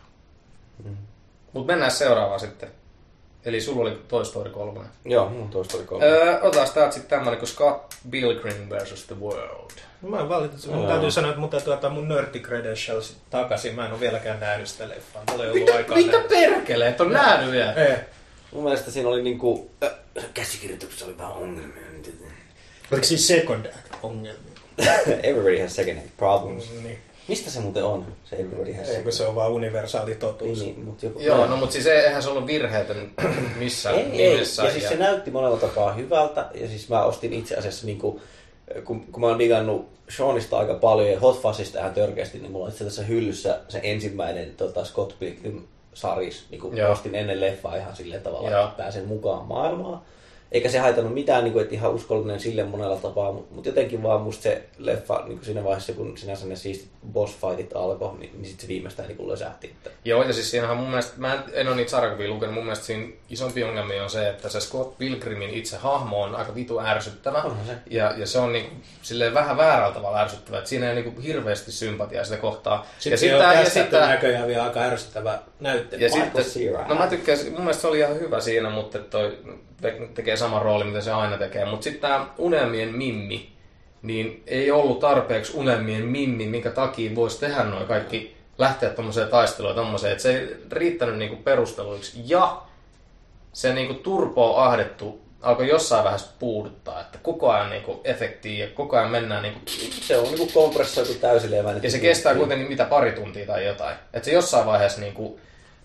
Mutta mennään seuraavaan sitten. Eli sulla oli Toy Story 3. Joo, mun Toy Story 3. Otas täältä sitten tämmönen kuin Scott Pilgrim vs. The World. No, mä en valitettavasti. Mun täytyy sanoa, että mun täytyy ottaa mun nörtti credentials takaisin. Mä en ole vieläkään nähnyt sitä leffaa. Mitä perkele, et on nähnyt vielä? Mun mielestä siinä oli niinku... käsikirjoituksessa oli vähän ongelmia. Oliko siis second act ongelmia? Everybody has second act problems. Niin. Mistä se muuten on? Se everybody has Eikö se on vaan universaali totuus? Niin, mutta joku... Joo, no mutta siis eihän se ollut virheetön missään nimessä. Ja siis se näytti monella tapaa hyvältä. Ja siis mä ostin itse asiassa niinku... Kun mä oon digannut Seanista aika paljon ja Hot Fuzzista ihan törkeästi, niin mulla on itse asiassa hyllyssä se ensimmäinen Scott Pilgrim saris. Niin ostin ennen leffaa ihan silleen tavalla, että pääsen mukaan maailmaan. Eikä se haitannut mitään, niin kuin, että ihan uskollinen sille monella tapaa, mutta jotenkin vaan musta se leffa niin siinä vaiheessa, kun sinänsä ne siistit boss fightit alkoi, niin sitten se viimeistään niin lösähti. Että... Joo, ja siis siinähän mun mielestä, mä en ole niitä sarjakuvia lukenut, mun mielestä siinä isompi ongelmia on se, että se Scott Pilgrimin itse hahmo on aika vitu ärsyttävä. Ja se on niin, silleen vähän väärällä tavalla ärsyttävä, että siinä ei niin hirveästi sympatiaa sitä kohtaa. Sitten näköjään vielä aika ärsyttävä näyttely. No mä tykkäsin, mun mielestä se oli ihan hyvä siinä, mutta toi tekee sama rooli, mitä se aina tekee. Mutta sitten tämä Unelmien Mimmi, niin ei ollut tarpeeksi Unelmien Mimmi, minkä takia voisi tehdä noin kaikki, lähteä tommoseen taisteluun ja tommoseen. Että se ei riittänyt niinku perusteluiksi. Ja se niinku turbo-ahdettu alkoi jossain vähän puuduttaa, että koko ajan niinku efektiä ja koko ajan mennään niinku... Se on niinku kompressoitu täysileväinen. Ja se kestää kuitenkin mitä pari tuntia tai jotain. Että se jossain vaiheessa niinku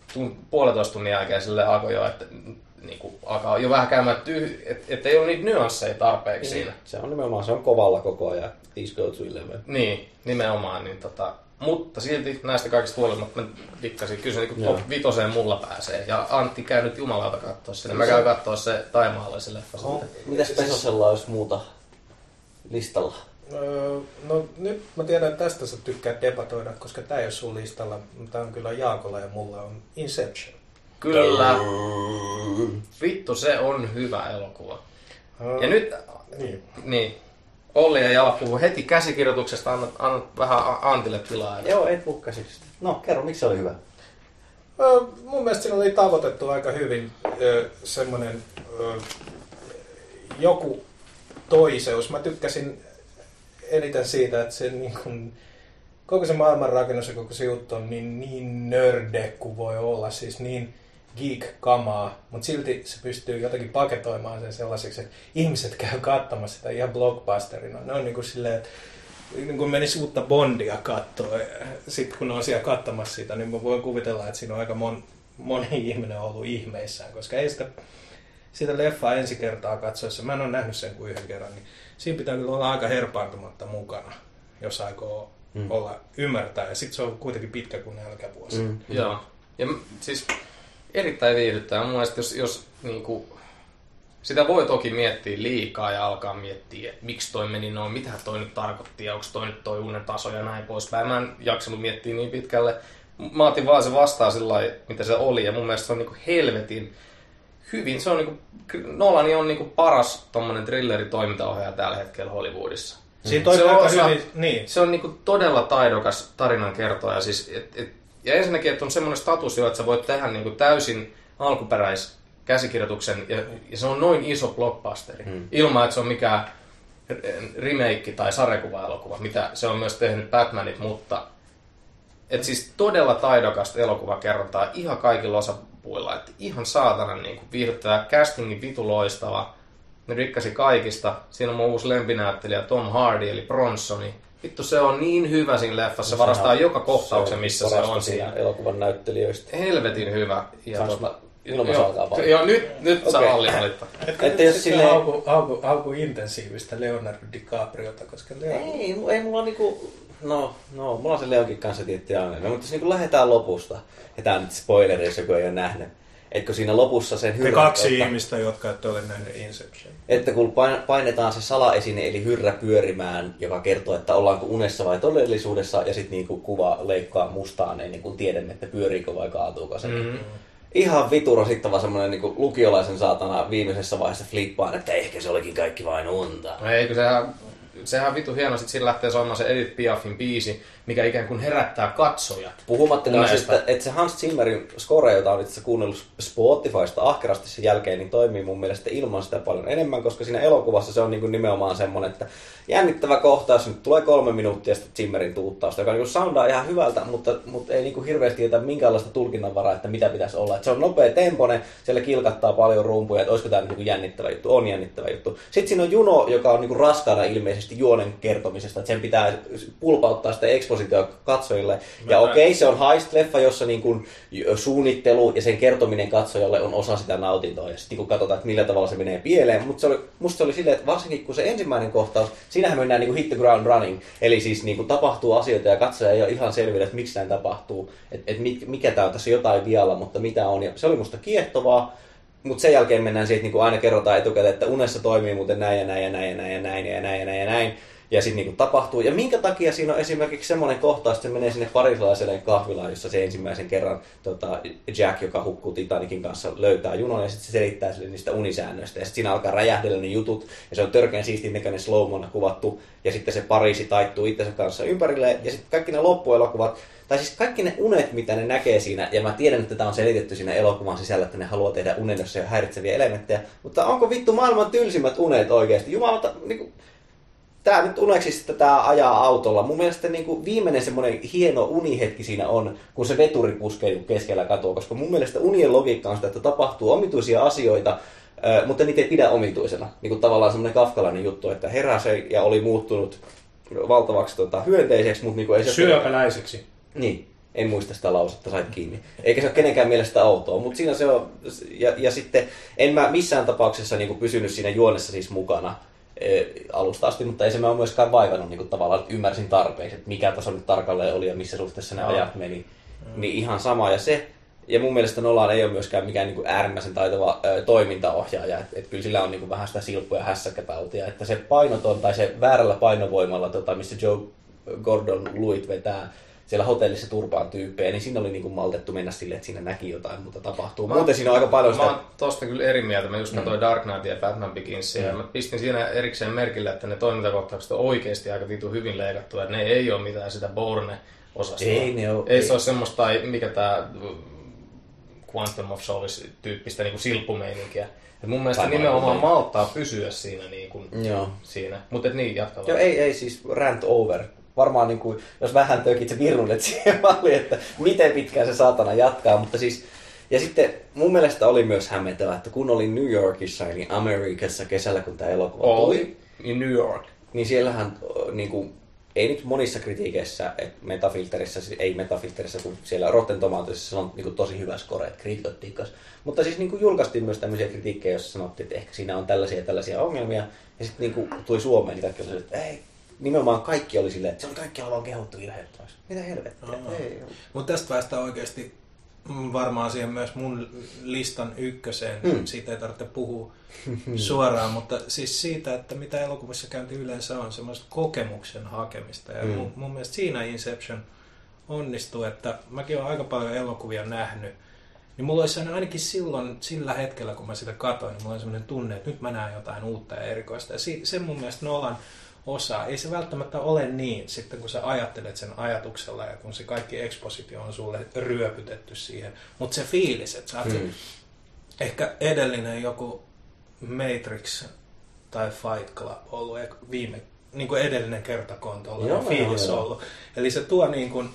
1,5 tunnin jälkeen sille alkoi jo, että niinku alkaa jo vähän käymään että ei ole niitä nyansseja tarpeeksi siinä. Se on nimenomaan, se on kovalla koko ajan. Please go to 11. Niin, nimenomaan. Niin mutta silti näistä kaikista huolimatta mä dikkasin. Kyllä se niin top 5 mulla pääsee. Ja Antti käy nyt jumalauta katsoa sinne. Mä käyn katsoa se Taimaalla se leffa. Mitäs Pesosella olisi muuta listalla? No nyt mä tiedän, että tästä sä tykkää debatoida, koska tää ei ole sun listalla. Tää on kyllä Jaakolla ja mulla on Inception. Kyllä. Vittu, se on hyvä elokuva. Ja nyt... Niin. Olli ja Jala puhuu heti käsikirjoituksesta, anna vähän Antille tilaa. Joo, ei puhu käsikirjoituksesta. No, kerro, miksi se oli hyvä? Mun mielestä siinä oli tavoitettu aika hyvin semmoinen joku toiseus. Mä tykkäsin eniten siitä, että se niin kun, koko se maailmanrakennus ja koko se juttu on niin nörde kuin voi olla, siis niin geek-kamaa, mutta silti se pystyy jotenkin paketoimaan sen sellaiseksi, että ihmiset käy katsomassa sitä ihan blockbusterina. Ne on niin kuin silleen, että niin kun menis uutta Bondia katsoa, sitten kun on siellä katsomassa sitä, niin mä voin kuvitella, että siinä on aika moni ihminen ollut ihmeissään, koska ei sitä leffaa ensi kertaa katsoessa, mä en ole nähnyt sen kuin yhden kerran, niin siinä pitää kyllä olla aika herpaantumatta mukana, jos aikoo olla ymmärtää, ja sitten se on kuitenkin pitkä kuin nälkävuosi. Joo, ja siis erittäin viihdyttää. Mun mielestä jos niinku, sitä voi toki miettiä liikaa ja alkaa miettiä, että miksi toi meni noin, mitä toi nyt tarkoitti ja onko toi nyt toi unen taso ja näin poispäin. Mä en jaksanut miettiä niin pitkälle. Mä otin vaan se vastaan sillä lailla, mitä se oli, ja mun mielestä se on niinku helvetin hyvin. Se on niinku, Nolan on niinku paras tommonen thrilleritoimintaohjaaja tällä hetkellä Hollywoodissa. Se on niinku todella taidokas tarinankertoja. Siis, ja ensinnäkin, että on semmoinen status jo, että sä voit tehdä niinku täysin alkuperäiskäsikirjoituksen, ja se on noin iso blockbusteri, ilman että se on mikään remake tai sarjakuva-elokuva, mitä se on myös tehnyt Batmanit, mutta et siis todella taidokasta elokuvakerrontaa ihan kaikilla osapuilla, että ihan saatanan niinku viihdyttävä, castingin vitu loistava, ne rikkasi kaikista. Siinä on mun uusi lempinäyttelijä Tom Hardy eli Bronsoni. Vittu, se on niin hyvä siinä leffassa, se varastaa joka kohtauksen, missä se on siinä. Elokuvan näyttelijöistä. Helvetin hyvä. Ja Ilman alkaa paljon. Joo, nyt saa Alli valittaa. Että jos silleen hauku intensiivistä Leonardo DiCapriota, koska Ei mulla niinku... No, mulla on se Leonkin kanssa tietty ongelma, mutta jos niinku lähdetään lopusta, ja tää on nyt spoileri, jos joku ei ole nähnyt, etkö siinä lopussa sen hyrrä... kaksi ihmistä, jotka ette ole nähneet Inception. Että kun painetaan se salaesine, eli hyrrä pyörimään, joka kertoo, että ollaanko unessa vai todellisuudessa, ja sitten niinku kuva leikkaa mustaan, ennen kuin tiedämme, että pyöriikö vai kaatuuko se. Ihan vitu rasittava semmoinen niinku lukiolaisen saatana viimeisessä vaiheessa flippaan, että ehkä se olikin kaikki vain unta. Eikö sehän vitu hieno, sit siinä lähtee soimaan se Edith Piafin biisi, mikä ikään kuin herättää katsojat. Puhumattakaan että se Hans Zimmerin score, jota on itse kuunnellut Spotifysta ahkerasti sen jälkeen, niin toimii mun mielestä ilman sitä paljon enemmän, koska siinä elokuvassa se on niin kuin nimenomaan semmoinen, että jännittävä kohtaus, nyt tulee 3 minuuttia sitten Zimmerin tuuttausta, joka niin soundaa ihan hyvältä, mutta ei niin kuin hirveästi jätä minkäänlaista tulkinnanvaraa, että mitä pitäisi olla. Että se on nopea tempone, siellä kilkattaa paljon rumpuja, että olisiko tämä niin kuin jännittävä juttu, on jännittävä juttu. Sitten siinä on Juno, joka on niin kuin raskaana ilmeisesti juonen kertomisesta, että sen pitää pulpauttaa sitä ekspositioa katsojille. Ja okei, se on heist-leffa, jossa niin kuin suunnittelu ja sen kertominen katsojalle on osa sitä nautintoa. Ja sitten niin katsotaan, että millä tavalla se menee pieleen. Mutta musta se oli silleen, että varsinkin kun se ensimmäinen kohtaus, siinähän mennään niin kuin hit the ground running. Eli siis niin kuin tapahtuu asioita ja katsoja ei ole ihan selvillä, että miksi näin tapahtuu. Että mikä tämä on tässä jotain vialla, mutta mitä on. Ja se oli musta kiehtovaa. Mutta sen jälkeen mennään siihen, että niinku aina kerrotaan etukäteen, että unessa toimii muuten näin ja näin ja näin ja näin ja näin ja näin ja näin ja näin. Ja sitten niinku tapahtuu. Ja minkä takia siinä on esimerkiksi semmoinen kohtaus, että se menee sinne pariisilaiselle kahvilaan, jossa se ensimmäisen kerran Jack, joka hukkuu Titanikin kanssa, löytää junon ja sitten se selittää sille niistä unisäännöistä. Ja sitten siinä alkaa räjähdellä ne jutut ja se on törkeän siistin näköinen slow-mona kuvattu. Ja sitten se Pariisi taittuu itsensä kanssa ympärille ja sitten kaikki ne loppuelokuvat, tai siis kaikki ne unet, mitä ne näkee siinä, ja mä tiedän, että tämä on selitetty siinä elokuvan sisällä, että ne haluaa tehdä unen, jossa ei ole häiritseviä elementtejä, mutta onko vittu maailman tylsimmät unet oikeasti? Jumalauta, niinku, tää nyt uneksi sitten tää ajaa autolla. Mun mielestä niinku viimeinen semmoinen hieno unihetki siinä on, kun se veturi puskee keskellä katua, koska mun mielestä unien logiikka on sitä, että tapahtuu omituisia asioita, mutta niitä ei pidä omituisena. Niin kuin tavallaan semmoinen kafkalainen juttu, että heräsi ja oli muuttunut valtavaksi hyönteiseksi, mutta niinku ei se... Syöpäläiseksi. Niin, en muista sitä lausetta, sait kiinni. Eikä se ole kenenkään mielestä outoa, mutta siinä se on... Ja sitten en mä missään tapauksessa niinku pysynyt siinä juonessa siis mukana alusta asti, mutta ei se mä ole myöskään vaivannut niinku tavallaan, että ymmärsin tarpeeksi, että mikä taso nyt tarkalleen oli ja missä suhteessa ne ajat meni. Niin ihan sama ja se. Ja mun mielestä Nolan ei ole myöskään mikään niinku äärimmäisen taitava toimintaohjaaja, että kyllä sillä on niinku vähän sitä silppua ja hässäkkätautia, että se painoton tai se väärällä painovoimalla, missä Joe Gordon-Levitt vetää siellä hotellissa turpaan tyyppejä, niin siinä oli niinku maltettu mennä silleen, että siinä näki jotain, mutta tapahtuu. Muuten siinä on aika paljon sitä... Mä oon tosta kyllä eri mieltä. Mä just katsoin Dark Knightia ja Batman Beginsia, ja mä pistin siinä erikseen merkille, että ne toimintakohtaukset on oikeasti aika vitu hyvin leikattu, että ne ei ole mitään sitä Bourne-osastoa. Ei se ole semmoista, tai mikä tää Quantum of Solace-tyyppistä niinku silppumeininkiä. Et mun mielestä nimenomaan malttaa pysyä siinä. Niinku, siinä. Mutta niin, jatka vaan. Joo, ei siis rant over. Varmaan niin kuin, jos vähän tökit se virnulet siihen malliin, että miten pitkään se saatana jatkaa, mutta siis... Ja sitten mun mielestä oli myös hämmentävää, että kun olin New Yorkissa, eli Amerikassa kesällä, kun tämä elokuva tuli... in New York. Niin siellähän niin kuin, ei nyt monissa kritiikeissä, että ei Metafilterissä, kun siellä Rotten Tomatoesissa on niin tosi hyvä score, että kriitikot tikkas. Mutta siis niin julkaistiin myös tämmöisiä kritiikkejä, joissa sanottiin, että ehkä siinä on tällaisia ongelmia. Ja sitten niin tuli Suomeen, niin kaikki oli, että ei, nimenomaan kaikki oli silleen, että se oli kaikkialla vaan kehuttu virheettömäksi. Mitä helvettiä? Mutta tästä päästään oikeasti varmaan siihen myös mun listan ykköseen. Siitä ei tarvitse puhua suoraan, mutta siis siitä, että mitä elokuvissa käynti yleensä on, semmoista kokemuksen hakemista. Ja mun mielestä siinä Inception onnistuu, että mäkin olen aika paljon elokuvia nähnyt. Niin mulla olisi ainakin silloin, sillä hetkellä, kun mä sitä katsoin, niin mulla oli semmoinen tunne, että nyt mä näen jotain uutta ja erikoista. Ja se mun mielestä Nolan osaa. Ei se välttämättä ole niin, sitten kun sä ajattelet sen ajatuksella ja kun se kaikki ekspositio on sulle ryöpytetty siihen. Mutta se fiilis, että sä ehkä edellinen joku Matrix tai Fight Club ollut viime, niin kuin edellinen kerta, kun on tuollainen fiilis ollut. Eli se tuo niin kuin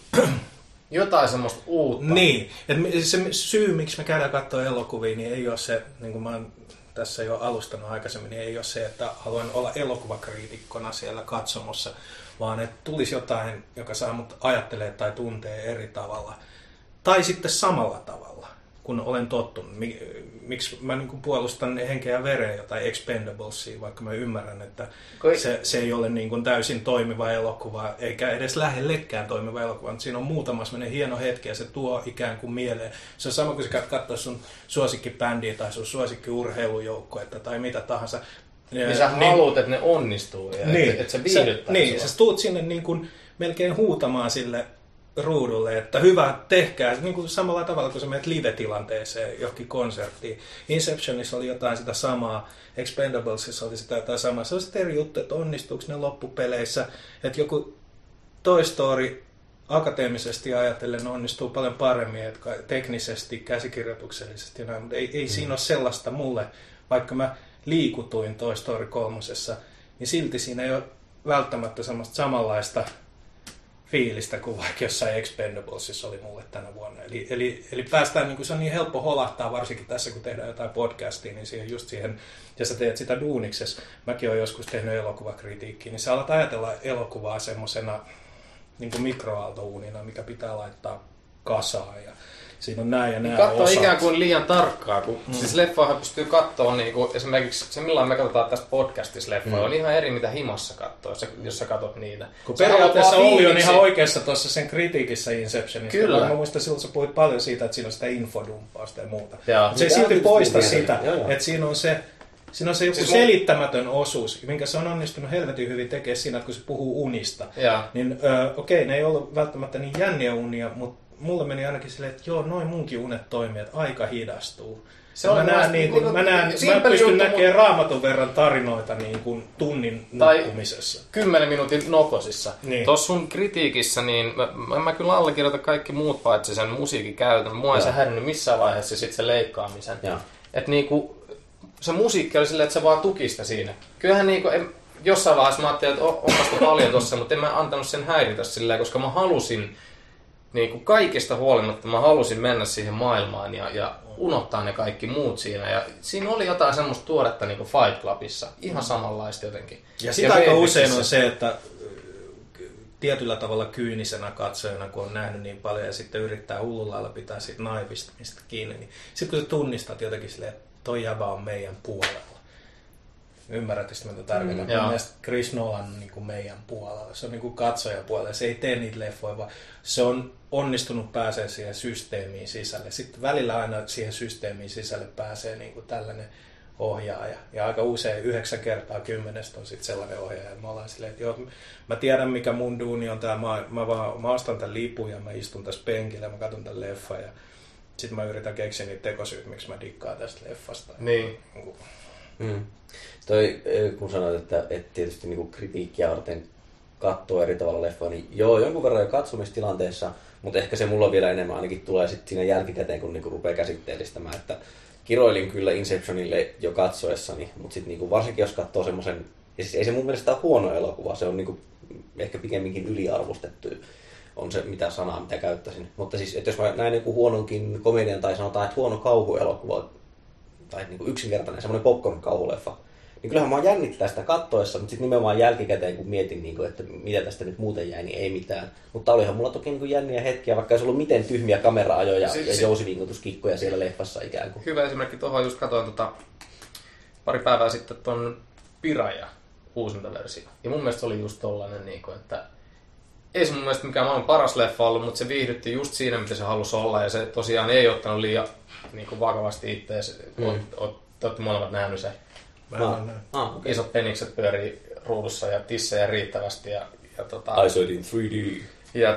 jotain semmoista uutta. Niin. Et se syy, miksi me käydään katsoa elokuvia, niin ei ole se, niin kuin mä oon tässä jo alustanut aikaisemmin, niin ei ole se, että haluan olla elokuvakriitikkona siellä katsomossa, vaan että tulisi jotain, joka saa mut ajattelemaan tai tuntee eri tavalla. Tai sitten samalla tavalla, kun olen tottunut. Miksi mä niin kuin puolustan henkeä ja vereen jotain Expendablesia, vaikka mä ymmärrän, että se ei ole niin kuin täysin toimiva elokuva, eikä edes lähellekään toimiva elokuva, mutta siinä on muutama sellainen hieno hetki ja se tuo ikään kuin mieleen. Se on sama kuin sä käyt katsoa sun suosikkibändiä tai sun suosikkiurheilujoukkuetta tai mitä tahansa. Niin sä haluat, että ne onnistuu ja niin, että se viihdyttää. Niin, sä tuut sinne niin kuin melkein huutamaan sille ruudulle, että hyvä, tehkää. Niin kuin samalla tavalla, kun sä menet live-tilanteeseen johonkin konserttiin. Inceptionissa oli jotain sitä samaa, Expendablesissa oli sitä jotain samaa. Se on sitten eri juttu, että onnistuuko ne loppupeleissä. Että joku Toy Story akateemisesti ajatellen onnistuu paljon paremmin, että teknisesti, käsikirjoituksellisesti. Mutta ei siinä ole sellaista mulle, vaikka mä liikutuin Toy Story 3, niin silti siinä ei ole välttämättä semmoista samanlaista fiilistä kuin vaikka jossain Expendablesissa oli mulle tänä vuonna. Eli päästään, niin kuin se on niin helppo holahtaa, varsinkin tässä kun tehdään jotain podcastia, niin siihen just siihen, ja sä teet sitä duuniksessa. Mäkin olen joskus tehnyt elokuvakritiikkiä, niin sä alat ajatella elokuvaa semmosena niin kuin mikroaaltouunina, mikä pitää laittaa kasaan. Ja siinä on nää ja nää katsoo ikään kuin liian tarkkaa, kun siis leffoahan pystyy katsoa, niin kuin esimerkiksi se millainen me katsotaan tästä podcastissa leffoja, on ihan eri mitä himassa katsoo, jos sä katsot niitä. Kun periaatteessa Olli on ihan oikeassa tuossa sen kritiikissä Inceptionista. Kyllä. Mä muistan silloin, sä puhuit paljon siitä, että siinä on sitä infodumppausta ja muuta. Se ei silti poista sitä, että siinä on se joku siis selittämätön osuus, minkä se on onnistunut helvetin hyvin tekemään siinä, että kun se puhuu unista. Niin okei, ne ei ollut välttämättä niin jänniä unia, mutta mulle meni ainakin silleen, että joo, noin munkin unet toimii, että aika hidastuu. Mä pystyn näkemään Raamatun verran tarinoita niin kuin tunnin nukkumisessa. Tai 10 minuutin nokosissa. Niin. Tuossa sun kritiikissä, niin mä kyllä allekirjoitan kaikki muut paitsi sen musiikin käytön. Mua ei se häirinyt missään vaiheessa sit se leikkaamisen. Että niinku, se musiikki oli silleen, että se vaan tukista siinä. Kyllähän niinku, jossain vaiheessa mä ajattelin, että onpas paljon tossa, mutta en mä antanut sen häiritä silleen, koska mä halusin niin kuin kaikista huolimatta mä halusin mennä siihen maailmaan ja unohtaa ne kaikki muut siinä. Ja siinä oli jotain semmoista tuoretta niin kuin Fight Clubissa. Ihan samanlaista jotenkin. Ja sitä aika usein on se, että tietyllä tavalla kyynisenä katsojana, kun on nähnyt niin paljon ja sitten yrittää hullulla lailla pitää siitä naivistamista kiinni, niin sitten kun sä tunnistat jotenkin silleen, että toi jäbä on meidän puolella. Ymmärrätkö sitä, mitä tarkoitan? Mielestäni Chris Nolan on niin kuin meidän puolella. Se on niin kuin katsojapuolella. Se ei tee niitä leffoja, vaan se on onnistunut pääsee siihen systeemiin sisälle. Sitten välillä aina siihen systeemiin sisälle pääsee niin kuin tällainen ohjaaja. Ja aika usein 9 kertaa 10 on sitten sellainen ohjaaja. Me ollaan silleen, että joo, mä tiedän mikä mun duuni on tää. Mä ostan tämän lipun ja mä istun tässä penkillä ja mä katson tämän leffan. Ja sitten mä yritän keksiä niitä tekosyyt, miksi mä dikkaan tästä leffasta. Niin. Toi, kun sanoit, että tietysti niinku kritiikkiä varten katsoo eri tavalla leffoja, niin joo, jonkun verran jo katsomistilanteessa, mutta ehkä se mulla vielä enemmän ainakin tulee sitten siinä jälkikäteen, kun niinku rupeaa käsitteellistämään, että kiroilin kyllä Inceptionille jo katsoessani, mutta sitten niinku varsinkin jos katsoo semmoisen, ja siis ei se mun mielestä ole huono elokuva, se on niinku ehkä pikemminkin yliarvostettu, on se mitä sanaa, mitä käyttäisin. Mutta siis, että jos mä näin joku huononkin komedian tai sanotaan, että huono kauhuelokuva, tai niinku yksinkertainen semmoinen popcorn-kauhuleffa, niin kyllähän mä jännittää sitä kattoessa, mutta sitten nimenomaan jälkikäteen, kun mietin, niin kuin, että mitä tästä nyt muuten jäi, niin ei mitään. Mutta olihan mulla toki niin kuin jänniä hetkiä, vaikka olisi ollut miten tyhmiä kamera-ajoja ja jousivinkutuskikkoja siellä leffassa ikään kuin. Hyvä esimerkki tuohon, just katsoin pari päivää sitten tuon Piraja uusinta versio. Ja mun mielestä se oli just tollainen, että ei se mun mielestä mikään maailman paras leffa ollut, mutta se viihdytti just siinä, mitä se halusi olla. Ja se tosiaan ei ottanut liian vakavasti itseäsi. Te olette molemmat nähnyt se. Okay. Isot penikset pyörii ruudussa ja tissejä riittävästi. I saw it in 3D. Ja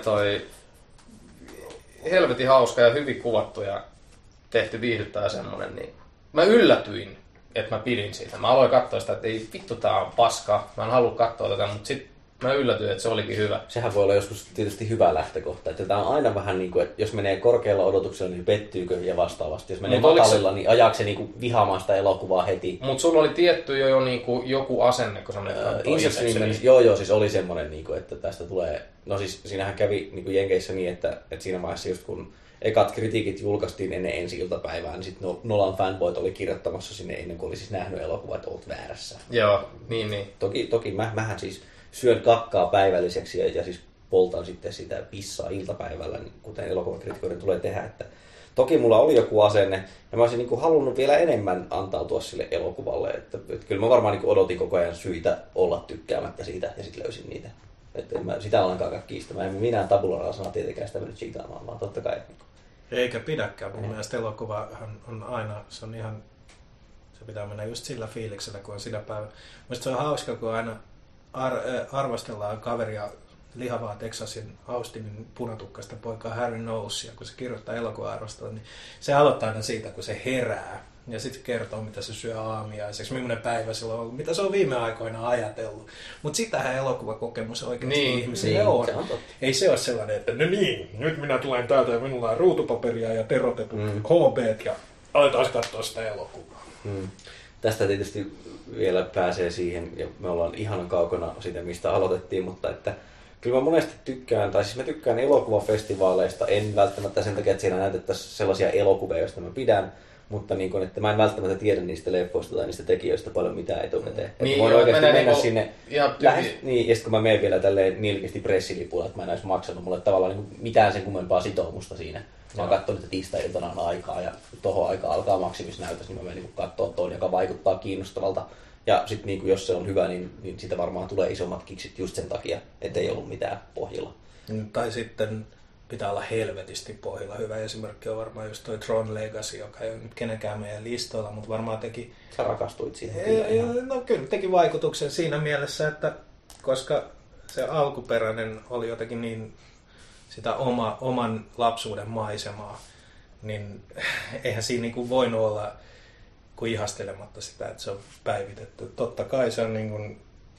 helvetin hauska ja hyvin kuvattu ja tehty viihdyttää semmonen. Niin mä yllätyin, että mä pidin siitä. Mä aloin katsoa sitä, että ei vittu tää on paskaa. Mä en halua katsoa tätä, mutta sit mä yllätyin, että se olikin hyvä. Sehän voi olla joskus tietysti hyvä lähtökohta. Että tää on aina vähän niin kuin, että jos menee korkealla odotuksella, niin pettyykö ja vastaavasti. Jos menee matalilla, niin ajaako se niin kuin vihaamaan sitä elokuvaa heti. Mutta sulla oli tietty jo niin kuin joku asenne, kun sä menet katsoa. Joo, siis oli semmoinen, niin kuin, että tästä tulee... No siis siinähän kävi niin kuin Jenkeissä niin, että siinä vaiheessa just kun ekat kritiikit julkaistiin ennen ensi-iltapäivää, niin sitten Nolan fanboyt oli kirjoittamassa sinne ennen kuin oli siis nähnyt elokuvaa, että olet väärässä. Joo, niin. Toki mähän siis syön kakkaa päivälliseksi ja siis poltan sitten sitä pissaa iltapäivällä, kuten elokuvakritikoiden tulee tehdä. Että toki mulla oli joku asenne ja mä olisin niin kuin halunnut vielä enemmän antautua sille elokuvalle. Että kyllä mä varmaan niin kuin odotin koko ajan syitä olla tykkäämättä siitä ja sitten löysin niitä. Että en mä sitä ollenkaan kiistämään. En minä tabula rasana tietenkään sitä mennyt cheataamaan, vaan totta kai. Eikä pidäkään. Mun mielestä elokuvahan on aina, se on ihan, se pitää mennä just sillä fiiliksellä, kun on sitä päivää. Mielestäni se on hauska, kun aina arvostellaan kaveria lihavaa Texasin Austinin punatukkaista poikaa Harry Knowlesia, kun se kirjoittaa elokuva-arvostelua, niin se aloittaa aina siitä, kun se herää. Ja sitten kertoo, mitä se syö aamiaiseksi, millainen päivä sillä on ollut, mitä se on viime aikoina ajatellut. Mutta sitähän elokuvakokemus oikeasti ihmisille on. Ei se ole sellainen, että no niin, nyt minä tulen täältä ja minulla on ruutupaperia ja terotetut HB:t ja aletaan katsoa sitä elokuvaa. Tästä tietysti vielä pääsee siihen, ja me ollaan ihanan kaukana siitä, mistä aloitettiin, mutta että kyllä mä monesti tykkään, tai siis mä tykkään elokuvafestivaaleista, en välttämättä sen takia, että siinä näytettäisiin sellaisia elokuvia, joista mä pidän, mutta niin kun, että mä en välttämättä tiedä niistä leffoista tai niistä tekijöistä paljon mitään etukäteen. Niin, voin oikeasti mennä sinne, niin, ja sitten kun mä menen vielä tälleen nilkeästi pressilipulla, että mä en olisi maksanut mulle tavallaan niin mitään sen kummempaa sitoumusta siinä. Mä oon katsonut, että tiistai-iltana on aikaa ja tohon aikaan alkaa maksimisnäytös, niin mä menen niin katsoa tuon, joka vaikuttaa kiinnostavalta. Ja sitten niin jos se on hyvä, niin siitä varmaan tulee isommat kiksit just sen takia, ettei ollut mitään pohjilla. Tai sitten pitää olla helvetisti pohjilla. Hyvä esimerkki on varmaan just toi Tron Legacy, joka ei ole nyt kenenkään meidän listoilla, mutta varmaan teki... Sä rakastuit siihen. No kyllä teki vaikutuksen siinä mielessä, että koska se alkuperäinen oli jotenkin niin sitä oman lapsuuden maisemaa, niin eihän siinä niin kuin voinut olla kuin ihastelematta sitä, että se on päivitetty. Totta kai se on niin kuin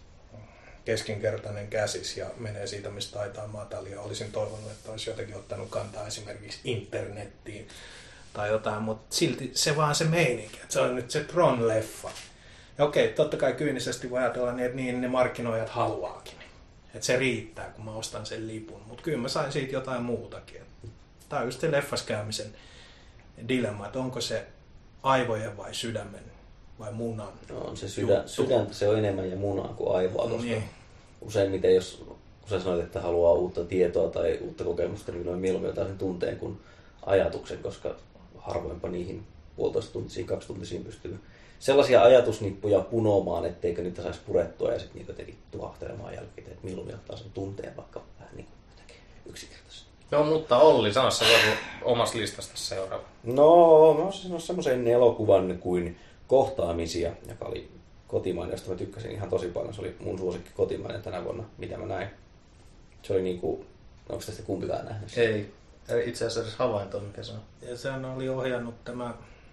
keskinkertainen käsis ja menee siitä, mistä taitaa matalia. Olisin toivonut, että olisi jotenkin ottanut kantaa esimerkiksi internettiin tai jotain, mutta silti se vaan se meininki, että se on nyt se Tron-leffa. Ja okei, totta kai kyynisesti voi ajatella niin, että niin ne markkinoijat haluaakin. Että se riittää, kun mä ostan sen lipun. Mutta kyllä mä sain siitä jotain muutakin. Tämä on just se leffaskäymisen dilemma, että onko se aivojen vai sydämen vai munan. No, on se sydäntä, se on enemmän ja munaa kuin aivoa, koska useimmiten jos sä sanoit, että haluaa uutta tietoa tai uutta kokemusta, niin on mieluummin jotain sen tunteen kuin ajatuksen, koska harvoinpa niihin 1,5 tuntisiin, 2 tuntisiin pystyy sellaisia ajatusnippuja punomaan, etteikö niitä saisi purettua ja sitten niitä jotenkin tuahtelemaan jälkeen, että mieluummin ottaa sen tunteen vaikka vähän niin kuin jotenkin yksinkertaisesti. Joo, mutta Olli, sano se omassa listasta seuraava. No, mä olisin sanoa semmoisen elokuvan kuin Kohtaamisia, joka oli kotimainen, josta mä tykkäsin ihan tosi paljon. Se oli mun suosikki kotimainen tänä vuonna, mitä mä näin. Se oli niinku, onko tästä kumpikaan nähnyt? Ei itse asiassa edes havaintoa, mikä se on. Ja sehän oli ohjannut tämä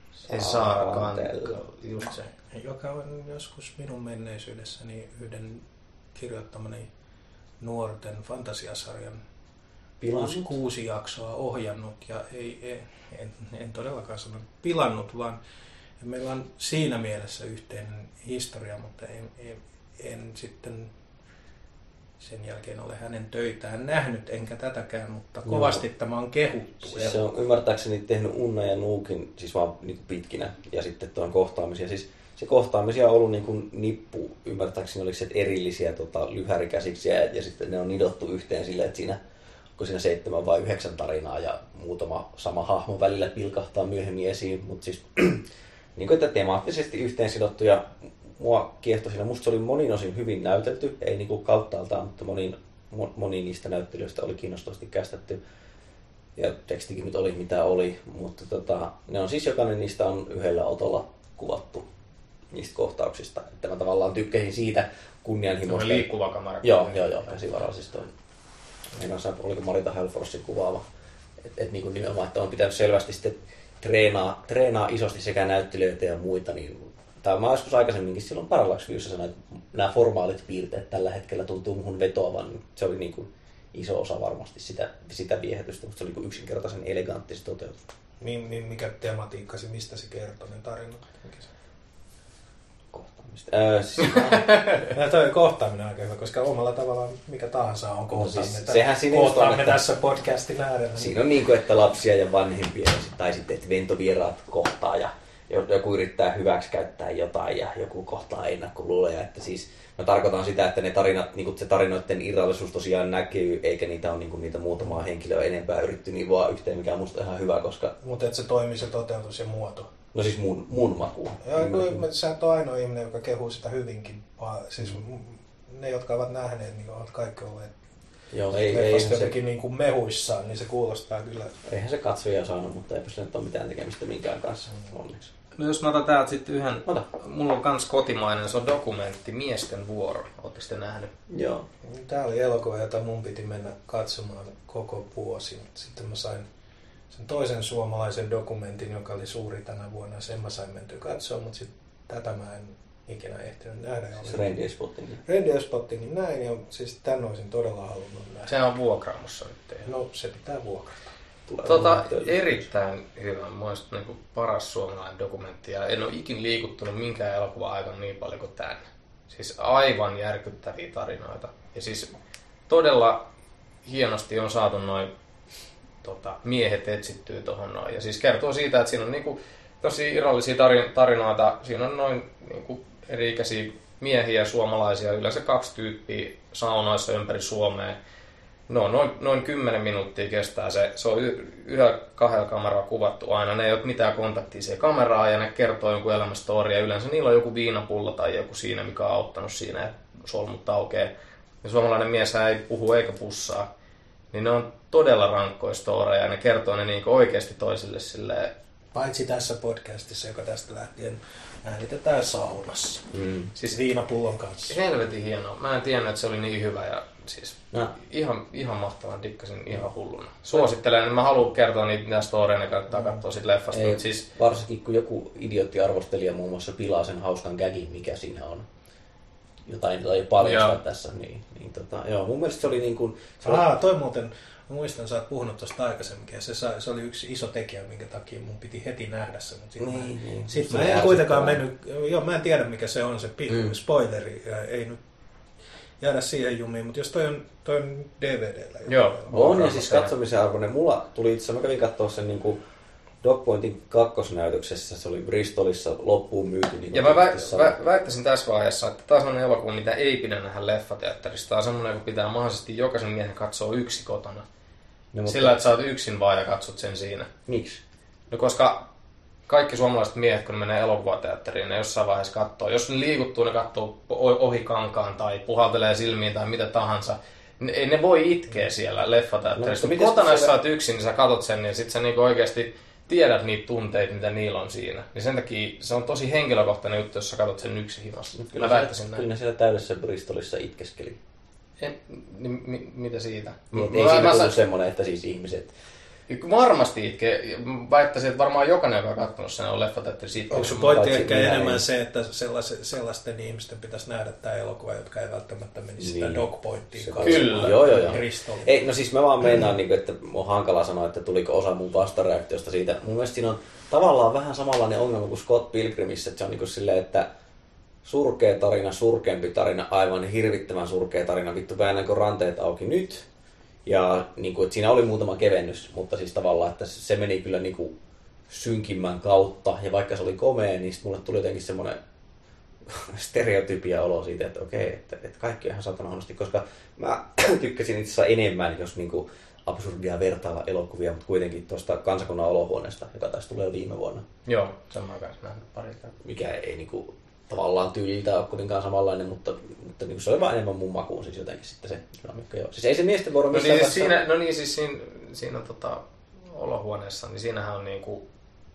Saara Kantel, just se. Joka on joskus minun menneisyydessäni yhden kirjoittamani nuorten fantasiasarjan 6 jaksoa ohjannut ja en todellakaan sano pilannut, vaan meillä on siinä mielessä yhteinen historia, mutta en sitten sen jälkeen ole hänen töitään nähnyt, enkä tätäkään, mutta kovasti tämä on kehuttu. Se on ymmärtääkseni tehnyt Unna ja Nuukin siis vaan niin pitkinä ja sitten tuon Kohtaamisia. Siis se kohtaamisia on ollut niin kuin nippu, ymmärtääkseni oliko se erillisiä lyhärikäsiksiä ja sitten ne on nidottu yhteen silleen, että onko siinä 7 vai 9 tarinaa ja muutama sama hahmo välillä pilkahtaa myöhemmin esiin, mutta siis niin kuin, että temaattisesti yhteen sidottu ja mua kiehtoi siinä. Musta se oli monin osin hyvin näytelty, ei niin kuin kauttaaltaan, mutta moni niistä näyttelijöistä oli kiinnostavasti kästetty. Ja tekstikin nyt oli mitä oli, mutta ne on siis jokainen niistä on yhdellä otolla kuvattu niistä kohtauksista. Että mä tavallaan tykkäsin siitä kunnianhimoista. Se on liikkuva kamera. Joo, käsivarallisista. En osaa, oliko Marita Helforsin kuvaava. Et niin kuin nimenomaan, että on pitänyt selvästi sitten treenaa isosti sekä näyttelijöitä ja muita. Niin, tai mä joskus aikaisemminkin silloin Parallax Viewssä sanoin, että nämä formaalit piirteet tällä hetkellä tuntuu muhun vetoavan. Se oli niin kuin iso osa varmasti sitä viehätystä, mutta se oli yksinkertaisen elegantti se toteutus. Mikä tematiikkasi, mistä se kertoi ne tarinat? Kohtaamista. Toi kohtaaminen on aika hyvä, koska omalla tavallaan mikä tahansa on kohtaaminen. No siis, kohtaamme tässä podcastin äärellä. Siinä on niin kuin, että lapsia ja vanhempia tai sitten, että ventovieraat kohtaa ja joku yrittää hyväksikäyttää jotain ja joku kohtaa ennakkoluuloja. Että siis mä tarkoitan sitä, että ne tarinat, niin kuin se tarinoiden irrallisuus tosiaan näkyy, eikä niitä ole niin kuin niitä muutamaa henkilöä enempää yritetty niin vaan yhteen, mikä on musta ihan hyvä, koska... Mutta että se toimii se toteutus ja muoto. No siis mun makuun. Joo, sä et ole ainoa ihminen, joka kehuu sitä hyvinkin. Siis ne, jotka ovat nähneet, niin ovat kaikki olleet jotenkin niin kuin mehuissaan, niin se kuulostaa kyllä. Eihän se katsoja saanut, mutta eipä se nyt ole mitään tekemistä minkään kanssa, onneksi. No jos mä otan täältä sitten yhden, mulla on kans kotimainen, se on dokumentti Miesten vuoro, ootteko te nähnyt? Joo. Tää oli elokuva, jota mun piti mennä katsomaan koko vuosi, mutta sitten mä sain sen toisen suomalaisen dokumentin, joka oli suuri tänä vuonna, sen mä sain mentyä katsoa, mutta sitten tätä mä en ikinä ehtinyt nähdä. Se Reindeer Spottingin. Reindeer Spottingin näin, ja siis tän olisin todella halunnut nähdä. Se on vuokraamossa nyt. No se pitää vuokrata. Erittäin hyvä, mielestäni niin paras suomalainen dokumentti, ja en ole ikin liikuttunut minkään elokuvan aikana niin paljon kuin tämän. Siis aivan järkyttäviä tarinoita. Ja siis todella hienosti on saatu noin miehet etsittyä tuohon noin. Ja siis kertoo siitä, että siinä on niinku tosi irrallisia tarinoita. Siinä on noin niinku eri-ikäisiä miehiä suomalaisia, yleensä 2 tyyppiä saunoissa ympäri Suomea. No, noin 10 minuuttia kestää se. Se on yhdellä 2 kameralla kuvattu aina. Ne ei ole mitään kontaktia siihen kameraan ja ne kertoo jonkun elämästoria. Yleensä niillä on joku viinapullo tai joku siinä, mikä on auttanut siinä, että solmut aukee. Ja suomalainen mies ei puhu eikä pussaa. Niin ne on todella rankkoja storeja ja ne kertoo ne niinku oikeasti toisille silleen. Paitsi tässä podcastissa, joka tästä lähtien äänitetään saunassa. Siis viinapullon kanssa. Helvetin hienoa. Mä en tiennyt, että se oli niin hyvä ja siis ihan mahtavaa. Dikkasin ihan hulluna. Suosittelen, mä haluan kertoa niitä storeja, ne kannattaa katsoa sit leffasta. Ei, siis... Varsinkin kun joku idiootti-arvostelija muun muassa pilaa sen hauskan gagin, mikä siinä on. Jotain ei paljasta tässä. Joo, mun mielestä se oli niin kuin... Toi muuten, mä muistan, sä oot puhunut tuosta aikaisemminkin, ja se oli yksi iso tekijä, minkä takia mun piti heti nähdä se, mutta sitten mä en kuitenkaan mennyt, mä en tiedä mikä se on se spoileri, ja ei nyt jäädä siihen jumiin, mutta jos toi on DVD:llä. Joo, on ja siis katsomisen arvoinen. Mulla tuli itse, mä kävin katsoa sen niinku Dogpointin 2. näytöksessä, se oli Bristolissa loppuun myyty. Niin ja mä väittäisin tässä vaiheessa, että tämä on sellainen elokuva, mitä ei pidä nähdä leffateatterissa. Tämä on sellainen, joka pitää mahdollisesti jokaisen miehen katsoa yksi kotona. No, sillä, että sä oot yksin vaan ja katsot sen siinä. Miksi? No koska kaikki suomalaiset miehet, kun ne menee elokuvateatteriin, ne jossain vaiheessa katsoo. Jos ne liikuttuu, ne katsoo ohi kankaan tai puhaltelee silmiin tai mitä tahansa. Ei ne voi itkeä siellä leffateatterissa. No, kotona, jos sä oot yksin, niin sä katot sen ja sit sä niinku oikeasti tiedät niitä tunteita, mitä niillä on siinä. Niin sen takia se on tosi henkilökohtainen juttu, jos sä katot sen yksin himassa. Kyllä ne siellä täydessä Bristolissa itkeskeli. Mitä siitä? Niin, ei siinä tullut semmoinen, että siis ihmiset... Varmasti itkee. Väittäisin, että varmaan jokainen, joka on katsonut sen, on leffateatterissa itkeä. Onko se pointti ehkä enemmän se, että sellaisten ihmisten pitäisi nähdä tämä elokuva, jotka ei välttämättä menisi sitä Dogpointtiin kanssa? Kyllä. Joo. Ei, no siis mä vaan meinaan, että on hankala sanoa, että tuliko osa mun vastareaktiosta siitä. Mun mielestä siinä on tavallaan vähän samanlainen ongelma kuin Scott Pilgrimissä, että se on niin kuin silleen, että surkea tarina, surkeampi tarina, aivan hirvittävän surkea tarina, vittu väännänkö ranteet auki nyt? Ja niin kuin, että siinä oli muutama kevennys, mutta siis tavallaan, että se meni kyllä niin kuin synkimmän kautta. Ja vaikka se oli komea, niin mulle tuli jotenkin semmoinen stereotypia olo siitä, että okei, että kaikki on ihan satana huonosti, koska mä tykkäsin itse asiassa enemmän, jos niinku absurdia vertailla elokuvia, mutta kuitenkin tuosta Kansakunnan olohuoneesta, joka taisi tulee viime vuonna. Joo, sen mä oon kanssa nähnyt parilta. Mikä ei niinku tavallaan tyyliltä ole kovinkaan samanlainen, mutta niinku se oli vaan enemmän mun makuun siis jotenkin sitten se dynamiikka. Joo. Siis ei se miesten vuoro missään siinä olohuoneessa, niin siinähän on niinku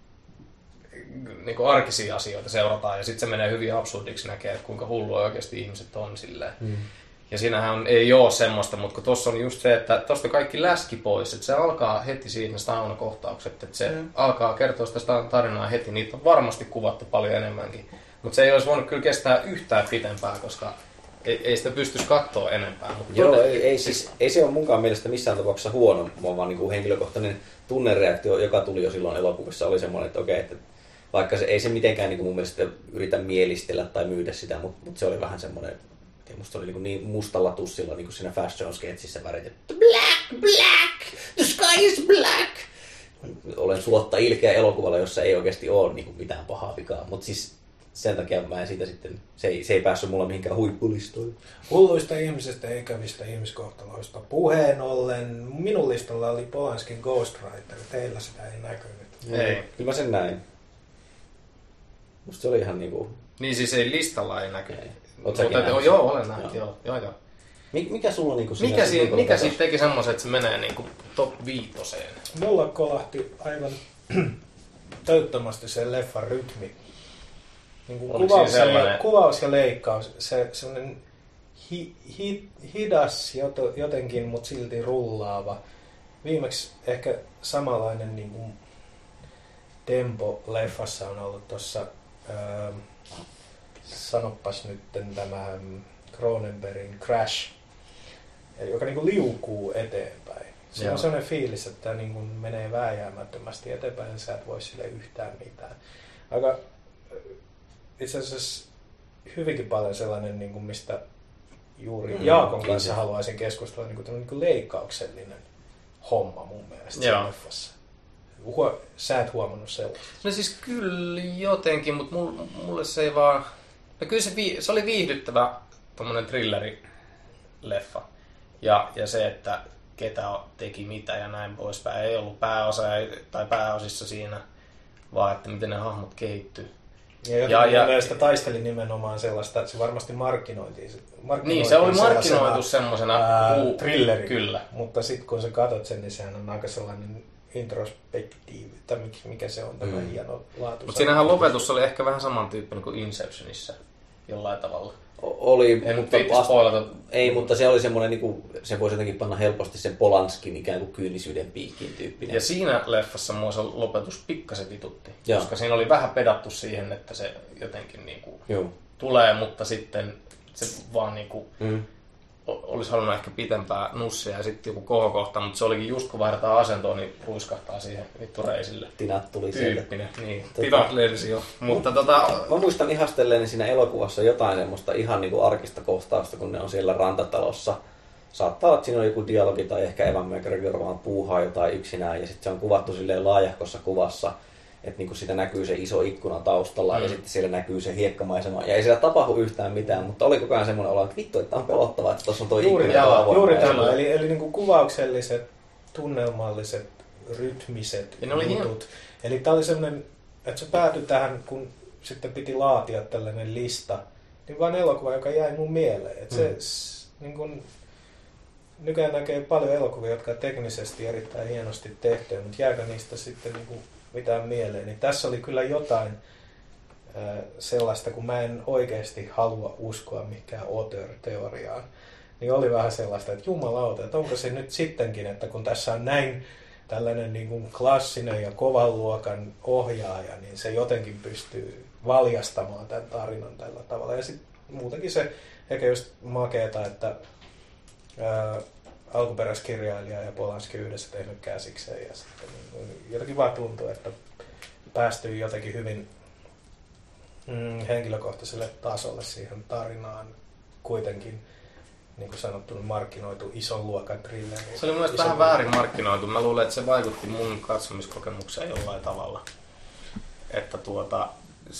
arkisia asioita seurataan ja sitten se menee hyvin absurdiksi näkee, että kuinka hullua oikeasti ihmiset on silleen. Ja siinähän ei ole semmoista, mutta kun tuossa on just se, että tuosta kaikki läski pois, että se alkaa heti siinä saunakohtaukset, että se alkaa kertoa sitä tarinaa heti, niitä on varmasti kuvattu paljon enemmänkin. Mutta se ei olisi voinut kyllä kestää yhtään pitempää, koska ei sitä pystyisi katsoa enempää. Joo, ei se ole munkaan mielestä missään tapauksessa huono, vaan niin kuin henkilökohtainen tunnereaktio, joka tuli jo silloin elokuvassa, oli semmoinen, että okei, että vaikka se ei se mitenkään niin kuin mun mielestä yritä mielistellä tai myydä sitä, mutta se oli vähän semmoinen, musta se oli niin mustalla tussilla niin kuin siinä Fashion Sketchissä väritetty. Black, the sky is black. Olen suotta ilkeä elokuvalla, jossa ei oikeasti ole niin kuin mitään pahaa vikaa, mutta siis sen takia mä en siitä sitten, se ei päässyt mulla mihinkään huippulistoille. Hulluista ihmisistä ja ikävistä ihmiskohtaloista puheen ollen, minun listalla oli Polanskin Ghost Rider, teillä sitä ei näkynyt. Ei. Kyllä mä sen näin. Musta se oli ihan niinku... Niin siis ei listalla ei näky. Joo, olen nähnyt, joo. Mikä sulla niinku mikä siitä teki semmoisen, että se menee niinku top 5? Mulla kolahti aivan töyttömästi se leffan rytmi. Niin kuvaus ja leikkaus, se semmoinen hidas jotenkin, mutta silti rullaava. Viimeksi ehkä samanlainen niin kuin tempo leffassa on ollut tuossa, sanoppas nyt tämä Cronenbergin Crash, joka niin kuin liukuu eteenpäin. Se on sellainen fiilis, että niin kuin menee vääjäämättömästi eteenpäin ja sä et voi sille yhtään mitään. Aika itse asiassa hyvinkin paljon sellainen, niin kuin mistä juuri Jaakon kanssa haluaisin keskustella, niin kuin leikkauksellinen homma mun mielestä siinä leffassa. Sä et huomannut sellaista. No siis kyllä jotenkin, mutta mulle se ei vaan... No kyllä se oli viihdyttävä tommonen thrilleri-leffa. Ja se, että ketä teki mitä ja näin poispäin. Ei ollut pääosissa siinä, vaan että miten ne hahmot kehittyy. Ja mielestä taisteli nimenomaan sellaista, että se varmasti markkinoitiin. Niin, se oli markkinoitu semmoisena thrilleri. Kyllä. Mutta sitten kun sä katsot sen, niin sehän on aika sellainen introspektiivi, tai mikä se on tämä hieno laatu. Mutta siinähän lopetus oli ehkä vähän samantyyppinen kuin Inceptionissa jollain tavalla. Oli, ei, mutta se oli semmoinen, niin kuin, se voisi jotenkin panna helposti sen Polanskin ikään kuin kyynisyyden piikkiin tyyppinen. Ja siinä leffassa mua se lopetus pikkasen vitutti, koska siinä oli vähän pedattu siihen, että se jotenkin niin kuin tulee, mutta sitten se vaan niin kuin olisi halunnut ehkä pitempää nussia ja sitten joku kohokohta, mutta se olikin just kun vaihdetaan asentoa, niin ruiskahtaa siihen vittu reisille. Tinat tuli tyyppinen. Niin, tinat lensi jo. Mutta mä muistan ihastelleeni siinä elokuvassa jotain semmoista ihan niinku arkista kohtausta, kun ne on siellä rantatalossa. Saattaa olla, että siinä on joku dialogi tai ehkä Evan McGregor vaan puuhaa jotain yksinään ja sitten se on kuvattu silleen laajahkossa kuvassa. Että niinku sitä näkyy se iso ikkuna taustalla ja sitten siellä näkyy se hiekkamaisema. Ja ei siellä tapahdu yhtään mitään, mutta oli koko ajan semmoinen olo, että vittu, että on pelottavaa, että tuossa on tuo ikkuna. Juuri tämä. Eli niinku kuvaukselliset, tunnelmalliset, rytmiset jutut. Eli tämä oli semmoinen, että se päätyi tähän, kun sitten piti laatia tällainen lista, niin vaan elokuva, joka jäi mun mieleen. Että se, niin kun, nykyään näkee paljon elokuvia, jotka on teknisesti erittäin hienosti tehtyä, mutta jääkö niistä sitten niin kuin mitään mieleen. Niin tässä oli kyllä jotain sellaista, kun mä en oikeasti halua uskoa mikään auteur-teoriaan, niin oli vähän sellaista, että jumalauta, että onko se nyt sittenkin, että kun tässä on näin tällainen niin kuin klassinen ja kovan luokan ohjaaja, niin se jotenkin pystyy valjastamaan tämän tarinan tällä tavalla. Ja sitten muutenkin se ehkä just makeeta, että alkuperäiskirjailija ja Polanski yhdessä tehnyt käsikseen ja sitten jotenkin vaan tuntuu, että päästyy jotenkin hyvin henkilökohtaiselle tasolle siihen tarinaan kuitenkin, niin kuin sanottu, markkinoitu ison luokan thrilleri. Se oli mielestäni vähän väärin markkinoitu. Mä luulen, että se vaikutti mun katsomiskokemukseen jollain tavalla. Että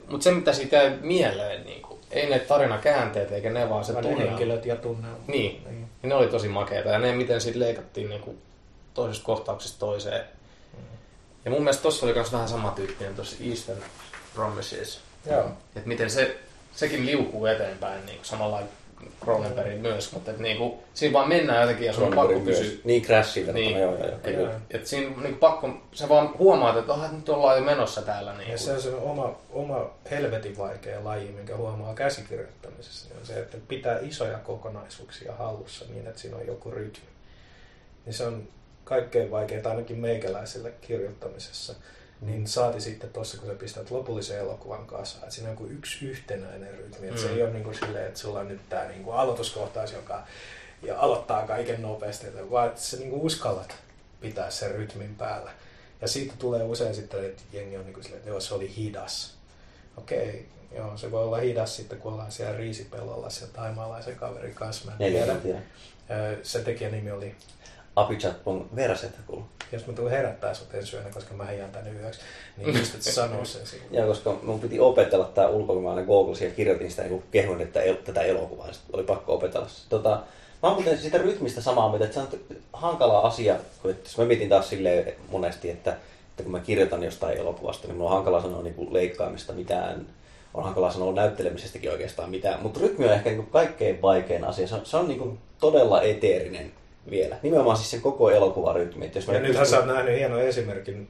Mutta se mitä siitä jäi mieleen, niinku, ei ne tarinakäänteet eikä ne vaan se tunnelma. Henkilöt ja tunnelma. Niin. Ja ne oli tosi makeita ja ne miten siitä leikattiin niinku toisesta kohtauksesta toiseen. Ja mun mielestä tossa oli myös vähän sama tyyppinen tuossa Eastern Promises. Joo. Että miten sekin liukuu eteenpäin niinku samalla Cronenbergin myös, mutta et niinku siinä vaan mennään jotenkin ja sun on pakko pysyä. Niin Crashilta. Niin. Et siinä niinku pakko, sä vaan huomaat, että nyt ollaan jo menossa täällä. Niinku. Ja se on se oma helvetin vaikea laji, minkä huomaa käsikirjoittamisessa. Niin on se, että pitää isoja kokonaisuuksia hallussa niin, että siinä on joku rytmi. Niin se on kaikkein vaikeinta ainakin meikäläiselle kirjoittamisessa. Niin saati sitten tuossa, kun sä pistät lopullisen elokuvan kasaan, että siinä on joku yksi yhtenäinen rytmi. Että se ei ole niin kuin silleen, että sulla on nyt tämä niin kuin aloituskohtaus, joka ja aloittaa kaiken nopeasti, vaan että sä niin kuin uskallat pitää sen rytmin päällä. Ja siitä tulee usein sitten, että jengi on niin kuin silleen, että joo, se oli hidas. Okei, joo, se voi olla hidas sitten, kun ollaan siellä riisipellolla siellä thaimaalaisen kaverin kanssa. Mä en tiedä. Se tekijän nimi oli Apichatpong Verset-kulu. Jos mä tulen herättää sut ensi yönä, koska mä jään tänne yöksi, niin mistä sanoa sen sinun? Joo, koska mun piti opetella tää ulkomainen googlesin ja kirjoitin sitä niin kehuin, että tätä elokuvaa. Sitten oli pakko opetella. Mä oon muuten siitä rytmistä samaa mieltä, että se on hankala asia. Jos mä mietin taas silleen monesti, että kun mä kirjoitan jostain elokuvasta, niin mulla on hankala sanoa niin leikkaamista mitään. On hankala sanoa näyttelemisestäkin oikeastaan mitään. Mutta rytmi on ehkä niin kaikkein vaikein asia. Se on niin todella eteerinen vielä. Nimenomaan siis sen koko elokuvarytmi. Ja nythän sä oot nähnyt hienon esimerkin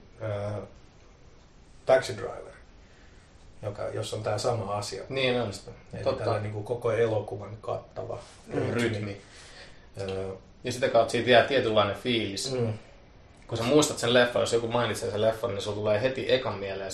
Taxi Driver, jossa on tää sama asia. Niin on. Eli tällä niin koko elokuvan kattava rytmi. Ja sitä kautta siitä jää tietynlainen fiilis. Kun sä muistat sen leffan, jos joku mainitsee sen leffan, niin sulla tulee heti ekan mieleen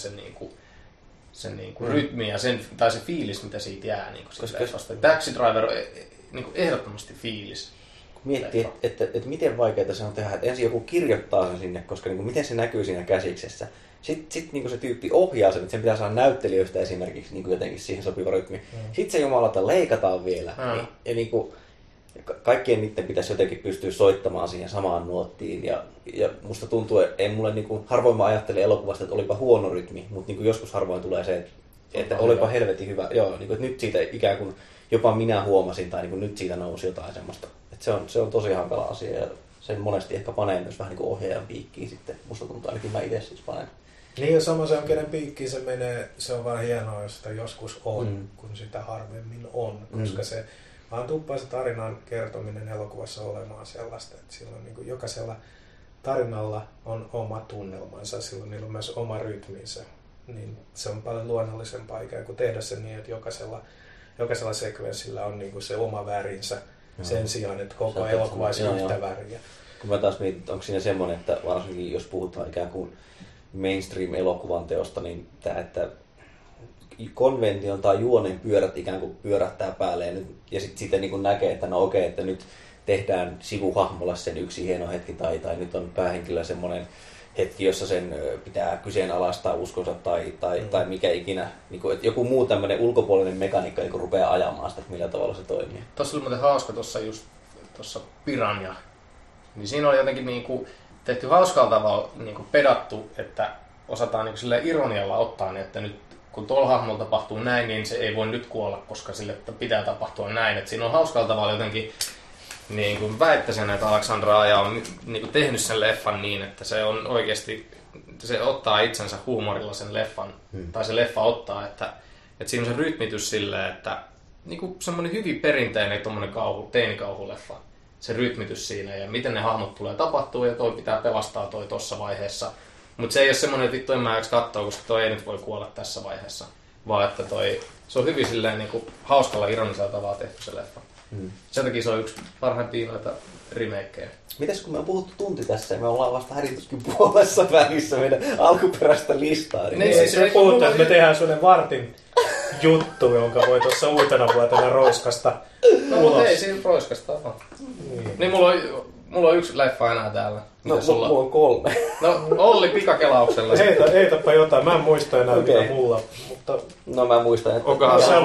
se rytmi ja se fiilis, mitä siitä jää. Taxi Driver on ehdottomasti fiilis. Miettii, että miten vaikeaa se on tehdä. Että ensin joku kirjoittaa sen sinne, koska miten se näkyy siinä käsiksessä. Sitten se tyyppi ohjaa sen, että sen pitää saada näyttelijöistä esimerkiksi jotenkin siihen sopiva rytmi. Sitten se jumalauta leikataan vielä. Ja kaikkien niiden pitäisi jotenkin pystyä soittamaan siihen samaan nuottiin. Ja musta tuntuu, että ei mulle harvoin mä ajattelen elokuvasta, että olipa huono rytmi, mutta jos harvoin tulee se, että olipa helvetin hyvä. Joo, että nyt siitä ikään kuin jopa minä huomasin tai nyt siitä nousi jotain semmoista. Se on tosi hankala asia ja sen monesti ehkä panee myös vähän niin kuin ohjaajan piikkiin sitten. Musta tuntuu ainakin mä itse siis panen. Niin ja sama se on, kenen piikkiin se menee. Se on vaan hienoa, jos sitä joskus on, kun sitä harvemmin on. Koska se vaan tuppaa se tarinan kertominen elokuvassa olemaan sellaista, että silloin niin kuin jokaisella tarinalla on oma tunnelmansa, silloin niillä on myös oma rytminsä. Niin se on paljon luonnollisempaa ikään kuin tehdä se niin, että jokaisella sekvenssillä on niin kuin se oma värinsä. Sen sijaan, että koko elokuva olisi yhtä väriä. Kun mä taas mietin, onko siinä semmoinen, että varsinkin jos puhutaan ikään kuin mainstream-elokuvan teosta, niin tämä, että konvention tai juonen pyörät ikään kuin pyörähtää päälle ja sitten niin näkee, että no okei, että nyt tehdään sivuhahmolla sen yksi hieno hetki tai nyt on päähenkilöllä semmoinen hetki, jossa sen pitää kyseenalaistaa uskonsa tai mikä ikinä. Että joku muu tämmöinen ulkopuolinen mekaniikka rupeaa ajamaan sitä, millä tavalla se toimii. Tuossa oli muuten hauska tuossa Piranha. Niin siinä oli jotenkin tehty hauskalla tavalla pedattu, että osataan ironialla ottaa, niin että nyt kun tuolla hahmolla tapahtuu näin, niin se ei voi nyt kuolla, koska sille pitää tapahtua näin. Et siinä on hauskalla tavalla jotenkin väittäisin, että Aleksandra Aja on tehnyt sen leffan niin, että se on oikeasti, se ottaa itsensä huumorilla sen leffan, tai se leffa ottaa, että siinä on se rytmitys silleen, että semmoinen hyvin perinteinen teinikauhuleffa, se rytmitys siinä ja miten ne hahmot tulee tapahtua ja toi pitää pelastaa toi tossa vaiheessa. Mutta se ei ole semmoinen, että vittu en mä katsoa, koska toi ei nyt voi kuolla tässä vaiheessa, vaan että se on hyvin silleen hauskalla ironisella tavalla tehty se leffa. Sen takia se on yksi parhaimpia noita remakeja. Mites kun me on puhuttu tunti tässä ja me ollaan vasta hädityskin puolessa välissä meidän alkuperäistä listaa. Niin siis me puhutaan, että me tehdään sellainen vartin juttu, jonka voi tuossa uutena vuotena roiskasta ulos. No ei siinä roiskasta ole. Niin mulla on yksi leffa enää täällä. Mulla on 3. No Olli pikakelauksella. Heitäpä jotain, mä en muista enää mitä mulla. Mutta... No mä muistan, että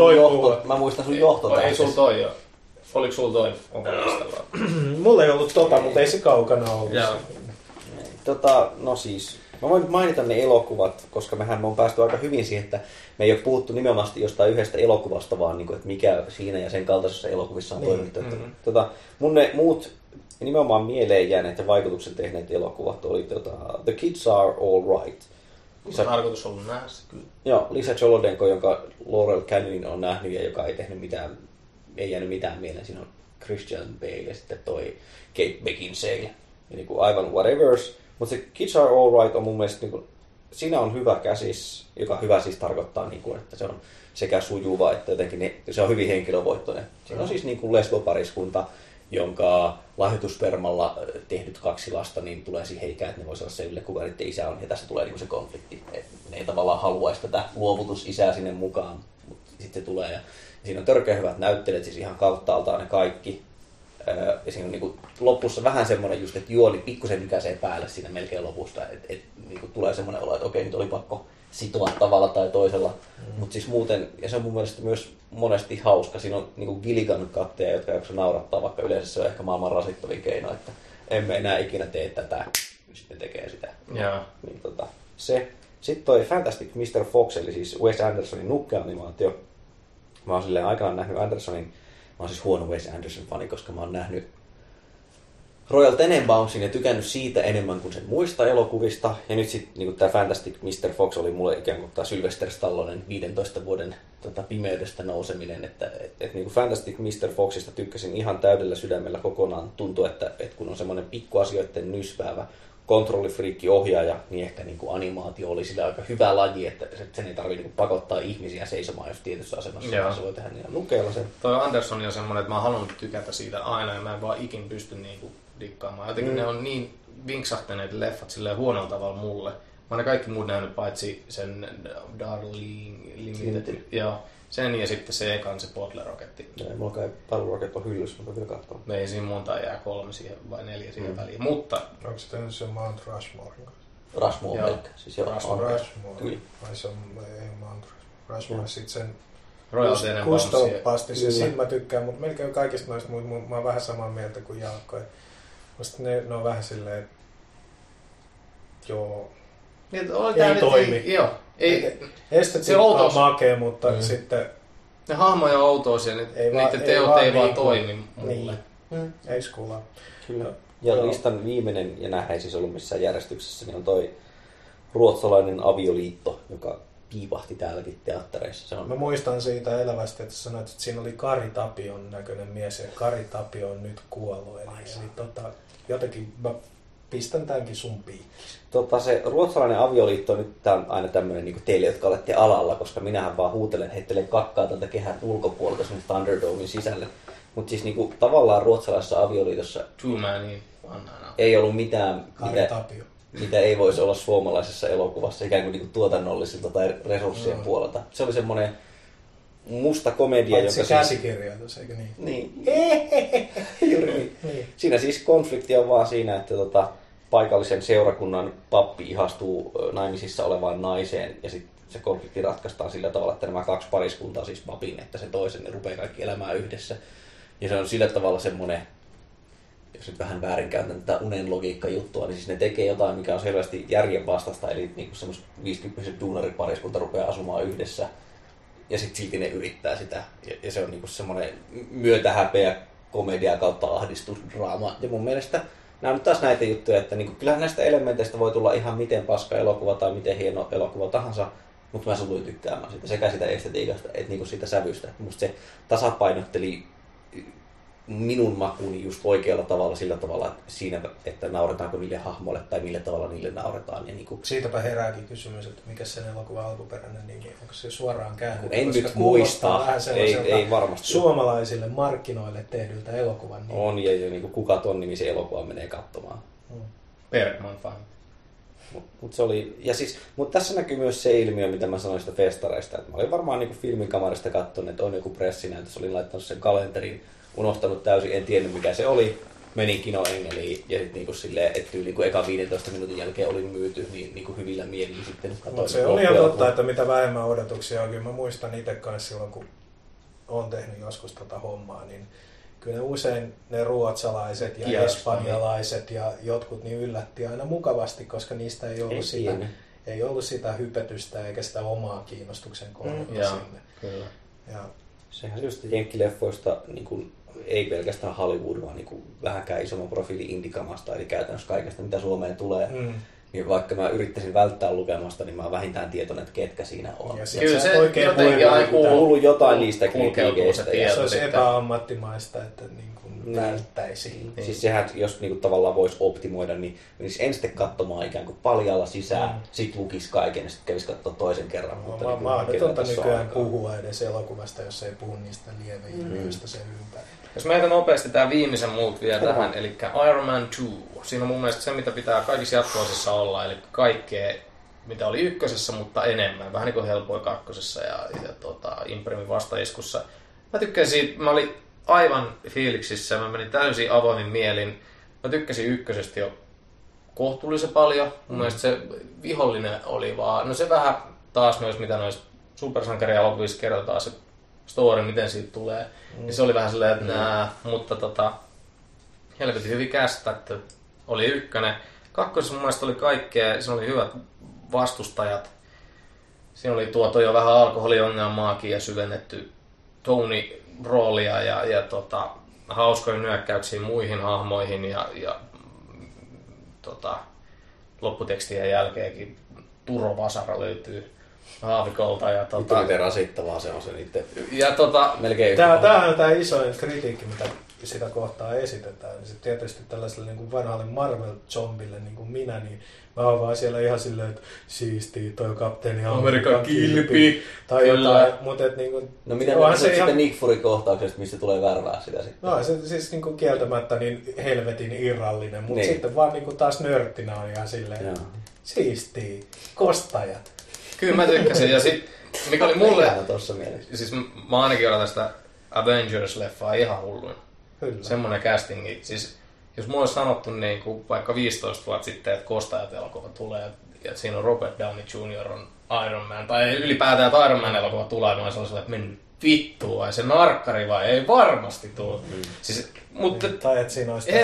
mä muistan sun johtotähtes. Ei sul toi ole. Oliko sulla toi mulla ei ollut mutta ei se kaukana ollut. No siis, Mä voin mainita ne elokuvat, koska mehän on päästy aika hyvin siihen, että me ei ole puhuttu nimenomaan jostain yhdestä elokuvasta, vaan niin kuin, että mikä siinä ja sen kaltaisessa elokuvissa on toiminut. Mun ne muut nimenomaan mieleen jääneet ja vaikutuksen tehneet elokuvat oli The Kids Are All Right. Se on tarkoitus ollut nähdä se kyllä. Joo, Lisa Jolodenko, jonka Laurel Canyonin on nähnyt ja joka ei tehnyt mitään, ei jäänyt mitään mieleen. Siinä on Christian Bale ja sitten toi Kate Beckinsale. Ja niin kuin aivan whatevers. Mutta se Kids Are All Right on mun mielestä, niin kuin, siinä on hyvä käsis, joka hyvä siis tarkoittaa, niin kuin, että se on sekä sujuva että jotenkin se on hyvin henkilövoittoinen. Siinä on siis niin kuin lesbopariskunta, jonka lahjoitusspermalla tehnyt 2 lasta, niin tulee siihen ikään, että ne voisi olla selville, kuka niiden isä on. Ja tässä tulee niin se konflikti. Että ne ei tavallaan haluaisi tätä luovutusisää sinne mukaan, mutta sitten se tulee. Ja siinä on törkeä hyvät näyttelijät, siis ihan kauttaaltaan ne kaikki. Ja siinä on niin kuin lopussa vähän semmoinen just, että juoni pikkusen nykäisee päälle siinä melkein lopusta. Että niin kuin tulee semmoinen olo, että okei, nyt oli pakko sitoa tavalla tai toisella. Mutta siis muuten, ja se on mun mielestä myös monesti hauska. Siinä on niin kuin Gilligan-katteja, jotka jaksaa naurattaa, vaikka yleensä se on ehkä maailman rasittavin keino, että emme enää ikinä tee tätä, sitten tekee sitä. Yeah. Niin, se. Sitten toi Fantastic Mr. Fox, eli siis Wes Andersonin nukkeanimaatio. Mä oon silleen aikanaan nähnyt Andersonin, mä oon siis huono Wes Anderson-fani, koska mä oon nähnyt Royal Tenenbaumsin ja tykännyt siitä enemmän kuin sen muista elokuvista. Ja nyt sitten niin tämä Fantastic Mr. Fox oli mulle ikään kuin tämä Sylvester Stallonen 15 vuoden pimeydestä nouseminen. Että niin Fantastic Mr. Foxista tykkäsin ihan täydellä sydämellä kokonaan. Tuntui, että kun on semmoinen pikkuasioiden nysväävä kontrollifriikki ohjaaja, niin ehkä niin kuin animaatio oli sillä aika hyvä laji, että sen ei tarvitse niin pakottaa ihmisiä seisomaan, jos tietyssä asemassa se voi tehdä niin nukeella sen. Toi Anderson on semmoinen, että mä oon halunnut tykätä siitä aina ja mä en vaan ikin pysty niinku dikkaamaan. Jotenkin ne on niin vinksahtaneet leffat silleen huonolla tavalla mulle. Mä oon ne kaikki muut nähnyt paitsi sen Darling Limited. Joo, sen ja sitten se ekan se Bottle Rocketti. Ei, mulla kai Bottle Rocket on hyllyssä, mutta vielä katsoa. Ei siinä monta jää 3 siihen vai 4 siihen väliin, mutta... Onko se tehnyt se Mount Rushmore? Rushmore melkein. Siis Rushmore. Vai se on, ei Mount Rushmore. Sitten sen Royal Gustav Pastis, ja siitä mä tykkään, mutta melkein kaikista noista mä oon vähän samaa mieltä kuin Jaakko. Musta ne on vähän silleen, että joo, ei toimi. Joo. Estetiikka on makea, mutta sitten... Ne hahmoja on outoisia, niiden teot ei vaan toimi mulle. Niin. Ei skulaa. Kyllä. Ja listan viimeinen, ja nähdään ei siis ollut missään järjestyksessä, niin on toi ruotsalainen avioliitto, joka piipahti täälläkin teattereissa. Mä muistan siitä elävästi, että sanoit, että siinä oli Kari Tapion näköinen mies, ja Kari Tapio on nyt kuollut. Eli jotenkin mä pistän tämänkin sun piikkiin. Se ruotsalainen avioliitto on nyt aina tämmöinen niin teille, jotka olette alalla, koska minähän vaan huutelen, heittelen kakkaa tältä kehän ulkopuolelta sinne Thunderdomein sisälle. Mutta siis niin tavallaan ruotsalaisessa avioliitossa ei ollut mitään, mitä ei voisi olla suomalaisessa elokuvassa ikään kuin tuotannollisilta tai resurssien puolelta. Se oli semmoinen musta komedia, joka... Se käsikirjoitus, eikö niin? Niin. Juuri niin. Siinä siis konflikti on vaan siinä, että paikallisen seurakunnan pappi ihastuu naimisissa olevaan naiseen ja sitten se konflikti ratkaistaan sillä tavalla, että nämä 2 pariskuntaa siis papin, että se toisen ne rupeaa kaikki elämään yhdessä. Ja se on sillä tavalla semmoinen, jos nyt vähän väärinkäytän tätä unen logiikka juttua, niin siis ne tekee jotain, mikä on selvästi järjenvastaista, eli niin semmoiset 50-vuotiaat duunaripariskunta rupeaa asumaan yhdessä. Ja sitten silti ne yrittää sitä. Ja se on niinku semmoinen myötähäpeä komedia kautta ahdistusdraama. Ja mun mielestä nämä on nyt taas näitä juttuja, että niinku, kyllähän näistä elementeistä voi tulla ihan miten paska elokuva tai miten hieno elokuva tahansa. Mutta mä sutuin tykkäämään siitä, sekä sitä estetiikasta että niinku siitä sävystä. Musta se tasapainotteli minun makuuni just oikealla tavalla sillä tavalla siinä, että nauretaanko niille hahmoille tai millä tavalla niille nauretaan. Ja niinku... Siitäpä herääkin kysymys, että mikä sen elokuvan alkuperäinen nimi, onko se suoraan käännetty? En nyt muista, ei varmasti. Suomalaisille markkinoille tehdyltä elokuvan nimi. On, ja niinku kuka ton nimisen elokuvan menee katsomaan. Bergman fan. Mutta tässä näkyy myös se ilmiö, mitä mä sanoin sitä festareista. Että mä olin varmaan niinku filmikamarista katsonut, että on joku pressinäytös, olin laittanut sen kalenteriin, unohtanut täysin, en tiennyt mikä se oli. Menin Kino-Engeliin ja sitten niinku silleen, että niinku eka 15 minuutin jälkeen olin myyty, niin niinku hyvillä mielin sitten katsoin. Se on ihan totta, että mitä vähemmän odotuksia on. Kyllä mä muistan itse kanssa silloin, kun olen tehnyt joskus tätä hommaa, niin kyllä usein ne ruotsalaiset ja espanjalaiset ja jotkut niin yllätti aina mukavasti, koska niistä ei ollut sitä hypetystä eikä sitä omaa kiinnostuksen kohdetta sinne. Kyllä. Ja sehän just jenkkileffoista niin kuin, ei pelkästään Hollywood, vaan niin kuin, vähänkään isomman profiili indikamasta, eli käytännössä kaikesta, mitä Suomeen tulee. Niin vaikka mä yrittäisin välttää lukemasta, niin mä oon vähintään tietoinen, että ketkä siinä on. Kyllä se jotenkin aina kuuluu jotain niistä kritiikeistä. Se olisi epäammattimaista, että niin kuin välttäisi. Siis sehän, jos niin kuin, tavallaan voisi optimoida, niin menisi ensin katsomaan ikään kuin paljalla sisään, sit lukisi kaiken ja sitten kävisi katsoa toisen kerran. Mahdotonta nykyään puhua edes elokuvasta, jos ei puhu niistä lieveilmiöistä sen ympäri. Jos meitä nopeasti tämä viimeisen muut vielä tähän, eli Iron Man 2. Siinä on mun mielestä se, mitä pitää kaikissa jatkoosissa olla, eli kaikkea, mitä oli ykkösessä, mutta enemmän. Vähän niin kuin helpoi kakkosessa ja Imprimin vastaiskussa. Mä tykkäsin siitä, mä olin aivan fiiliksissä, mä menin täysin avoimin mielin. Mä tykkäsin ykkösestä jo kohtuullisen paljon. Mun mielestä se vihollinen oli vaan, no se vähän taas noissa, mitä noissa supersankarielokuvissa kerrotaan, se story, miten siitä tulee. Ja se oli vähän silleen, että mutta helvetin hyvin käsitetty. Oli ykkönen. Kakkosessa mun mielestä oli kaikkea, siinä oli hyvät vastustajat. Siinä oli tuotu jo vähän alkoholiongelmaakin ja syvennetty Tony-roolia ja hauskoja nyökkäyksiä muihin hahmoihin ja lopputekstien jälkeenkin Turo Vasara löytyy haavikolta. Ja miten rasittavaa se on se niiden. Ja melkein. Tämä on tämä isoin kritiikki, mitä sitä kohtaa esitetään. Sitten tietysti tällaiselle niin kuin vanhalle Marvel-zombille, niin kuin minä, niin mä oon vaan siellä ihan silleen, että siistii toi kapteeni Amerikan kilpi. Tai kyllä. Jotain, mutta et niin kuin... No mitä se sitten ihan... Nick Fury-kohtauksesta, mistä tulee värvää sitä sitten? No se siis niin kuin kieltämättä niin helvetin irrallinen, mutta niin. Sitten vaan niin kuin taas nörttinä on ihan silleen, siistii, kostajat. Kyllä mä tykkäsin ja sit, mikä oli mulle... tossa mielessä. Siis mä ainakin odotan sitä Avengers-leffaa ihan hulluin. Kyllä. Semmoinen castingi. Siis, jos mulla olisi sanottu niin kuin vaikka 15 vuotta sitten, että Kostajat-elokuva tulee ja siinä on Robert Downey Jr. on Iron Man, tai ylipäätään, että Iron Man-elokuva tulee, niin olisi ollut, että mennyt vittua, vai se narkkari vai ei varmasti tule. Siis, mutta tai että siinä olisi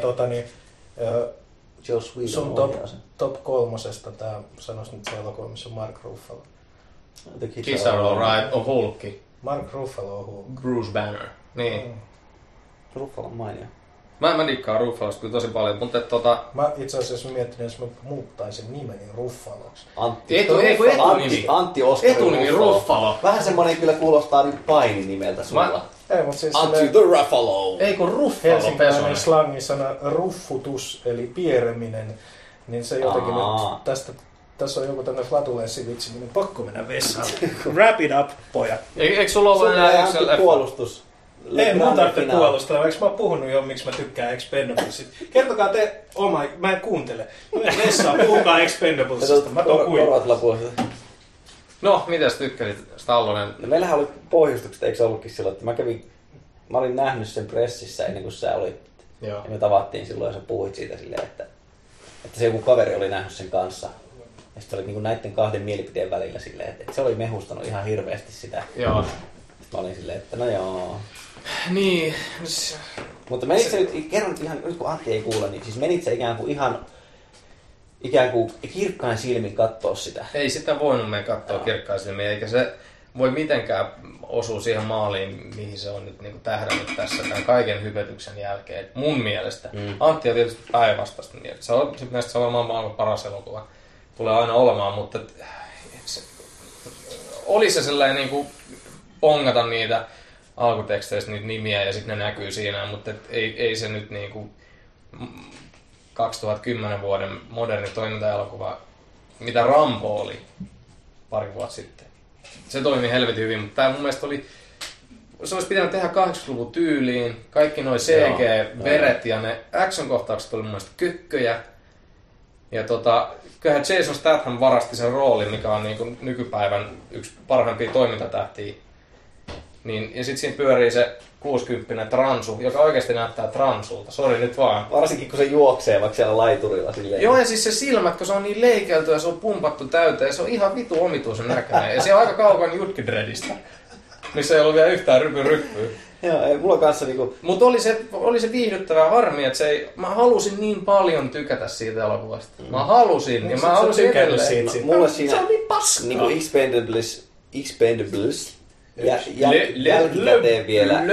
sun top kolmosesta tää, sanois nyt se elokuva, missä on Mark Ruffalo. Kids Are Alright on Hulkki. Mark Ruffalo on Hulk. Bruce Banner. Niin. Ruffalo on mainio. Mä dikkaan Ruffalosta kyllä tosi paljon, mutta mä itse asiassa mietin, jos mä muuttaisin nimeni Ruffaloksi. Antti Oskari etunimi Ruffalo. Vähän semmonen kyllä kuulostaa nyt paini nimeltä sulla. Ei, mutta siis Antti the Ruffalo. Ei kun Ruffalo helsinkiläinen slangisana ruffutus, eli piereminen, niin se jotenkin nyt tästä... Tässä on joku tämmöinen flatulenssivitsi, niin pakko mennä vessaan. Wrap it up, pojat. Eikö sulla ole enää yksi puolustus? Ei mun tarvitse puolustella, eikö mä oon puhunut jo, miksi mä tykkään Expendablesista. Kertokaa te mä en kuuntele. Vessaan, puhukaa Expendablesista, mä tuon kuitenkin. No, mitäs tykkäsit Stallonen? No, meillähän oli pohjustukset, eikö se ollutkin silloin, että mä olin nähnyt sen pressissä ennen kuin sä olit. Joo. Ja me tavattiin silloin ja sä puhuit siitä silleen, että se joku kaveri oli nähnyt sen kanssa. Ja sitten oli niinku näiden kahden mielipiteen välillä silleen, että se oli mehustanut ihan hirveästi sitä. Joo. Sitten mä olin silleen, että no joo. Niin. Mutta menit se nyt, kerron ihan, nyt kun Antti ei kuule, niin siis menit se ikään kuin kirkkain silmin katsoa sitä? Ei sitä voinut mennä katsoa kirkkain silmin, eikä se voi mitenkään osua siihen maaliin, mihin se on nyt niin kuin tähdännyt tässä tämän kaiken hypetyksen jälkeen. Mun mielestä. Antti on tietysti päinvastaista mieltä. Se on varmaan maailman paras elokuva. Tulee aina olemaan, mutta oli se sellainen niin kuin pongata niitä alkuteksteistä niitä nimiä ja sitten ne näkyy siinä, mutta ei se nyt niin kuin 2010 vuoden moderni toimintaelokuva, mitä Rambo oli pari vuotta sitten. Se toimi helvetin hyvin, mutta tämä mun mielestä se olisi pitänyt tehdä 80-luvun tyyliin, kaikki noi CG-veret ja ne action-kohtaukset oli mun mielestä kökköjä. Ja kyllähän Jason Statham varasti sen roolin, mikä on niin kuin nykypäivän yksi parhaimpia toimintatähtiä. Niin, ja sitten siinä pyörii se 60 transu, joka oikeasti näyttää transulta. Sori nyt vaan. Varsinkin kun se juoksee vaikka siellä laiturilla silleen. Joo, ja siis se silmät, kun se on niin leikelty ja se on pumpattu täyteen, se on ihan vitu omituisen näköinen. Ja se on aika kaukana Jutki Dreadista, missä ei ollut vielä yhtään ryppyä. Joo, ei, mulla kanssa niinku... Mutta oli se viihdyttävää harmi, että mä halusin niin paljon tykätä siitä elokuvasta. Mä halusin, ja mä halusin edelleen. Siitä. Mulle siinä... Se on niin paskaa. Niinku Expendables jälkikäteen vielä...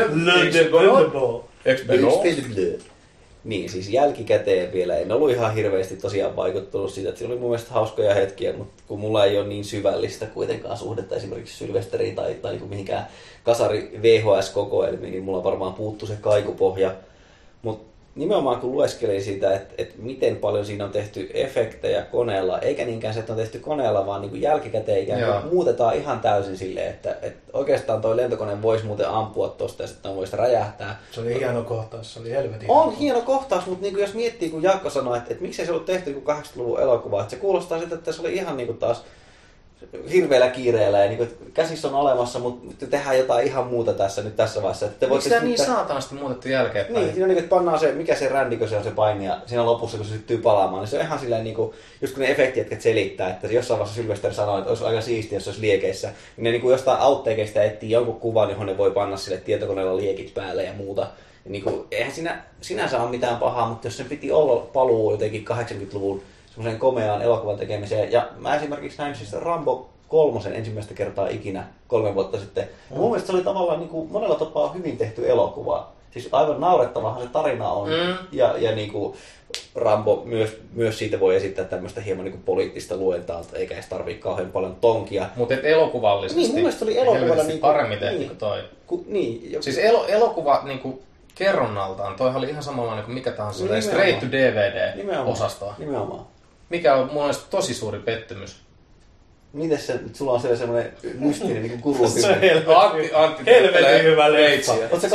Niin, siis jälkikäteen vielä en ollut ihan hirveästi tosiaan vaikuttunut siitä, että siinä oli mun mielestä hauskoja hetkiä, mutta kun mulla ei ole niin syvällistä kuitenkaan suhdetta esimerkiksi Sylvesteriin tai niin kuin mihinkään kasari VHS-kokoelmiin, niin mulla varmaan puuttuu se kaikupohja. Mutta nimenomaan kun lueskelin siitä, että miten paljon siinä on tehty efektejä koneella, eikä niinkään se, että on tehty koneella, vaan niin kuin jälkikäteen ikään kuin muutetaan ihan täysin silleen, että oikeastaan toi lentokone voisi muuten ampua tosta ja sitten voisi räjähtää. Se oli hieno kohtaus, se oli helvetin on hieno kohtaus, mutta niin kuin jos miettii, kun Jaakko sanoi, että miksei se ollut tehty niin 80-luvun elokuva, että se kuulostaa siltä, että se oli ihan niin kuin taas hirveällä kiireellä ja niin käsissä on olemassa, mutta tehdään jotain ihan muuta tässä vaiheessa. Miksi tämä niin saatanasti muutettu jälkeenpäin? Niin, siinä on niin, että pannaan se, mikä se rändikö se on se paini ja siinä lopussa kun se syttyy palaamaan, niin se on ihan silleen niin kuin, just kun ne efektijätkät selittää, että jossain vaiheessa Sylvester sanoi, että olisi aika siistiä, jos se olisi liekeissä, niin ne niin kuin jostain outtakeista etsii jonkun kuvan, johon ne voi panna sille tietokoneella liekit päälle ja muuta. Ja niin kuin, eihän siinä sinänsä ole mitään pahaa, mutta jos sen piti olla paluu jotenkin 80-luvun semmoiseen komeaan elokuvan tekemiseen. Ja mä esimerkiksi näin siis Rambo 3 ensimmäistä kertaa ikinä 3 vuotta sitten. Ja mun mielestä se oli tavallaan niin kuin monella tapaa hyvin tehty elokuva. Siis aivan naurettavahan se tarina on. Ja niin kuin Rambo myös siitä voi esittää tämmöistä hieman niin kuin poliittista luentaa, eikä edes tarvitse kauhean paljon tonkia. Mutta elokuvallisesti niin, mun mielestä oli elokuvalla niin paremmin tehty kuin toi. Siis elokuva niin kuin kerronnaltaan, toihan oli ihan samanlainen kuin mikä tahansa straight to DVD-osastoa. Nimenomaan. Mikä on mun mielestä tosi suuri pettymys. Mites se, sulla on semmoinen mystinen niin kuin kuru? Se on helvetin hyvä leffa.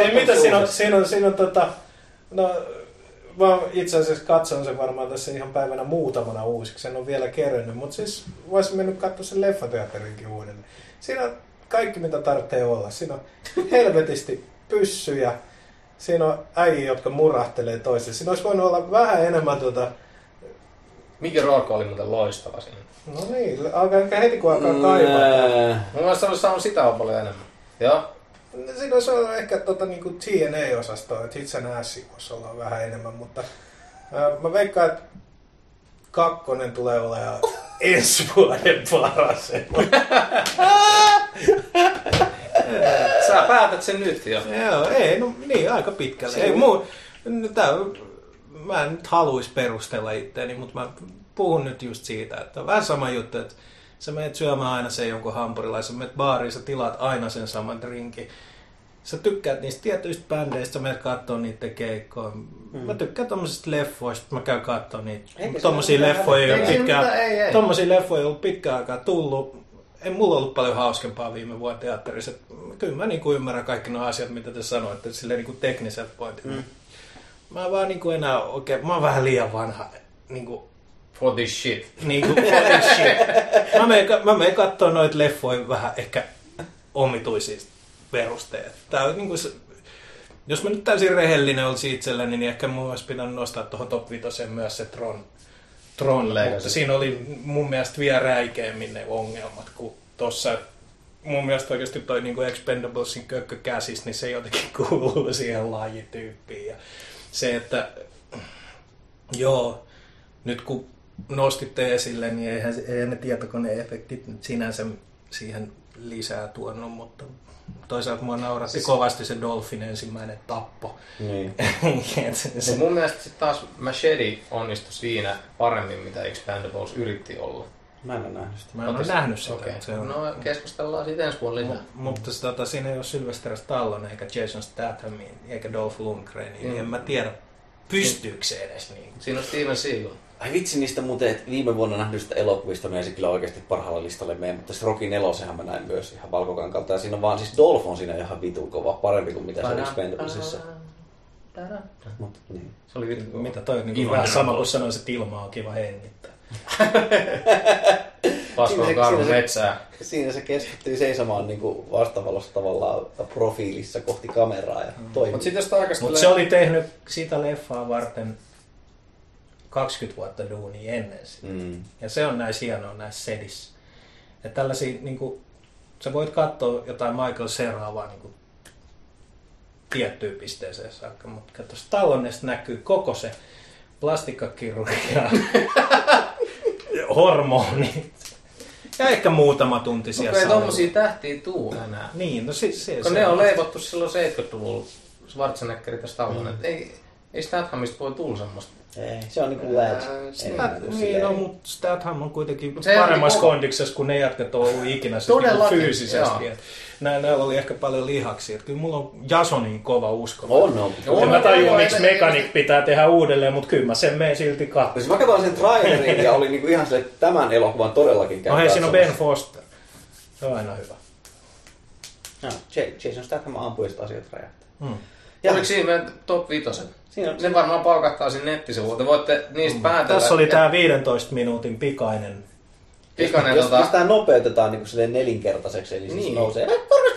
Siinä on no, mä itse asiassa katson sen varmaan tässä ihan päivänä muutamana uusiksi, en ole vielä kerennyt, mutta siis voisin mennyt katsoa sen leffateatterinkin uudelleen. Siinä on kaikki mitä tarvitsee olla. Siinä on helvetisti pyssyjä, siinä on äijä, jotka murahtelee toisille. Siinä olisi voinut olla vähän enemmän Mickey Rourke oli muuten loistava siinä. No niin, alkaa heti kun alkaa kaivaa. Mun mielestä olisi saanut sitä paljon enemmän. Joo. Siinä olisi ollut ehkä niinku TNA-osastoa, että Hits and Assia voisi olla vähän enemmän, mutta mä veikkaan, että 2 tulee olemaan ensi vuoden paras. Sä päätät sen nyt jo. Joo, ei, no niin, aika pitkälle. Ei, mä en nyt haluaisi perustella itseäni, mutta mä puhun nyt just siitä, että on vähän sama juttu, että sä menet syömään aina sen jonkun hampurilaisen, sä menet baariin, sä tilaat aina sen saman drinkin. Sä tykkäät niistä tietyistä bändeistä, sä menet kattoo niiden keikkoja. Mä tykkään tommosista leffoista, mä käyn kattoo niitä. Tommosia leffoja ei ollut pitkään aikaa tullut. Ei mulla ollut paljon hauskempaa viime vuonna teatterissa. Kyllä mä niinku ymmärrän kaikki nuo asiat, mitä te sanoitte, silleen niinku tekniset pointit. Mä vaan niinku enää oikein, mä oon vähän liian vanha. Niinku, for this shit. Niinku, for this shit. Mä menen kattoo noita leffoja vähän ehkä omituisista perusteet. Tää on niinku, jos mä nyt täysin rehellinen olisi itselleni, niin ehkä mun olisi pitänyt nostaa tuohon top 5 myös se Tron Legacy. Siinä oli mun mielestä vielä räikeämmin ne ongelmat, kun tossa mun mielestä oikeasti toi niinku Expendablesin kökkökäsis, niin se jotenkin kuuluu siihen lajityyppiin. Ja se, että joo, nyt kun nostitte esille, niin eihän ne tietokoneefektit nyt sinänsä siihen lisää tuonut, mutta toisaalta mua nauratti kovasti se Dolphin ensimmäinen tappo. Niin. Mun mielestä sit taas Machete onnistui siinä paremmin, mitä Expendables yritti olla. Mä en ole nähnyt sitä. Mä en ole nähnyt sitä. Okay. No keskustellaan siitä ensi vuonna lisää. Mutta siinä ei ole Sylvester Stallone eikä Jason Statham eikä Dolph Lundgren, niin en mä tiedä pystyykö se edes niin. Siinä on Steven Seagal. Ai vitsi niistä muuten, että viime vuonna nähdyistä elokuvista me ei se kyllä oikeasti parhaalla listalle mene, mutta se Rocky 4 mä näin myös ihan Valkokankalta. Ja siinä on vaan, siis Dolph on siinä ihan vitun kova, parempi kuin mitä se oli Expendablesissa. Mut, niin. Se oli vitun kova. Mitä toi niin vähän sama kuin sanoisin, että ilma on kiva hengittää. Paskoon karun metsää. Siinä se keskittyi seisomaan niin kuin vastavalossa tavallaan profiilissa kohti kameraa ja toimii. Mutta se oli tehnyt sitä leffaa varten 20 vuotta duunia ennen sitä. Ja se on näissä hienoa näissä sedissä. Ja tällaisia, niin kuin, sä voit katsoa jotain Michael Ceraa vaan niin kuin tiettyyn pisteeseen saakka, mutta tuossa Stallonesta näkyy koko se plastikkakirurgia, hormonit ja ehkä muutama tunti siellä salilla. Ei tommosia tähtiä tuu enää. Niin, no kun ne on leivottu silloin 70-luvulla, Schwarzenegger ja Stallone. Ei Stathamista voi tulla semmoista. Ei, se on niinku lad. Niin, no, mutta Statham on kuitenkin paremmassa kondiksessa kuin ne jätkät on ollut ikinä fyysisesti. Näillä oli ehkä paljon lihaksia. Kyllä mulla on Jasonin kova usko. On. Mä tajun, miksi Mechanic pitää tehdä uudelleen, mutta kyllä mä sen menen silti katsomaan. Siis mä katsoin sen trailerin ja oli niinku ihan se, että tämän elokuvan todellakin käy. No hei, siinä on Ben Foster. Se on aina hyvä. No, Jason Statham ampujista asiat räjähtää. Oliko siinä meidän top 5? Ne varmaan paukahtaa sinne nettisivuilta. Te voitte niistä päätellä. Tässä oli tää 15 minuutin pikainen. Jos tää nopeutetaan niin silleen nelinkertaiseksi, eli siis nousee.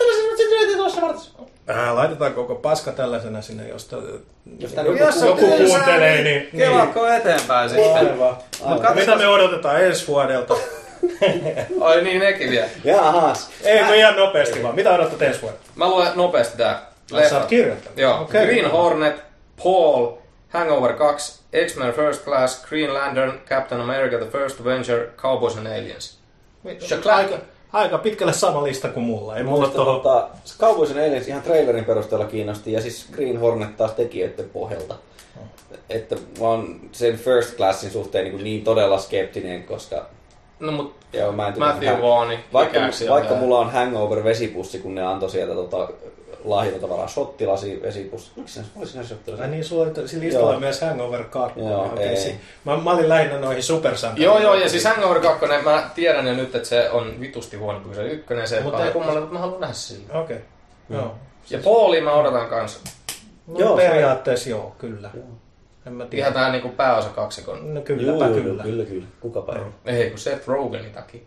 Laitetaan koko paska tällaisena sinne, josta joku kuuntelee. Niin kelaako eteenpäin sitten. Mitä me odotetaan ensi vuodelta? Ai niin, nekin vielä. Jahas. Ei, me ihan nopeasti vaan. Mitä odotat ensi vuodelta? Mä luen nopeasti tää. Sä oot kirjoittanut. Joo. Okay. Green Hornet, Paul, Hangover 2, X-Men First Class, Green Lantern, Captain America The First Avenger, Cowboys and Aliens. Aika pitkälle sama lista kuin mulla. Ei mulla Cowboys and Aliens ihan trailerin perusteella kiinnosti ja siis Green Hornet taas tekijöiden pohjalta. Että mä oon sen First Classin suhteen niin todella skeptinen, koska no mut joo, mä en Matthew Vaughn. Vaikka mulla on Hangover vesipussi, kun ne antoi sieltä lahjatavaraa shottilasi vesipussi. Miksi siinä shottilasi? Niin, sulla oli listalla myös Hangover 2. Mä olin lähinnä noihin supersankareihin. Joo, ja siis Hangover 2, mä tiedän jo nyt, että se on vitusti huono kuin se ykkönen. Se mutta kummalle, mutta mä haluan nähdä sillä. Okei. Joo. Ja Paulia mä odotan kanssa. No, periaatteessa joo, kyllä. En mä tiedä. Ihan tää niinku pääosa kaksikon. No kylläpä kyllä. Kyllä. Kukapa ei. Ei, kun Seth Rogenin takia.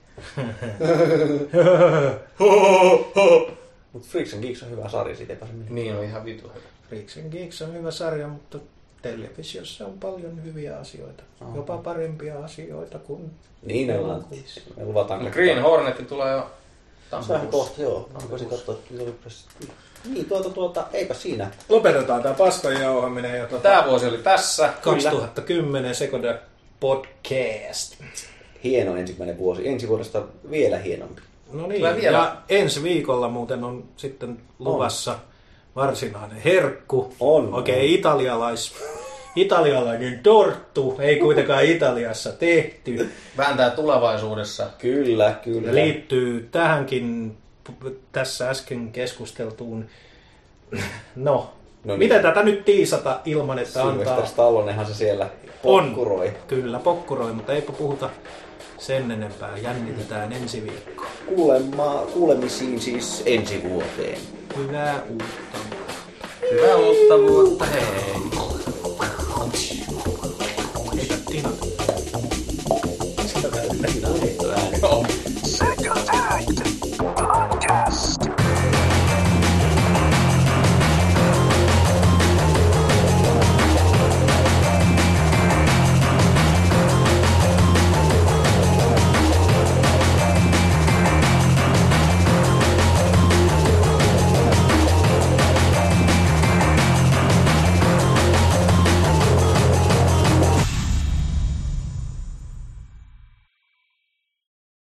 Mutta Freaks and Geeks on hyvä sarja, siitä ei pääse mitään. Niin on ihan vitu hyvä. Freaks and Geeks on hyvä sarja, mutta televisiossa on paljon hyviä asioita. Jopa parempia asioita kuin niin ne on. Me luvataan. No, Green Hornet tulee jo tammikuussa. Kohta, joo. Voisin katsoa, että niin, eipä siinä. Lopetetaan tää paskan jauhaminen. Ja tää vuosi oli tässä. 2010 Sekoda Podcast. Hieno ensimmäinen vuosi. Ensi vuodesta vielä hienompi. No niin, ja ensi viikolla muuten on sitten luvassa varsinainen herkku. Oikein italialainen torttu, ei kuitenkaan Italiassa tehty. Vääntää tulevaisuudessa. Kyllä. Ja liittyy tähänkin tässä äsken keskusteltuun. No niin. Miten tätä nyt tiisata ilman, että antaa... Sylvester Stallonehan se siellä pokkuroi. On, kyllä, pokkuroi, mutta eipä puhuta sen enempää. Jännitetään ensi viikkoa. Kuulemisiin siis ensi vuoteen. Hyvää uutta vuotta. Hyvää uutta vuotta, hei. Heitä Tina.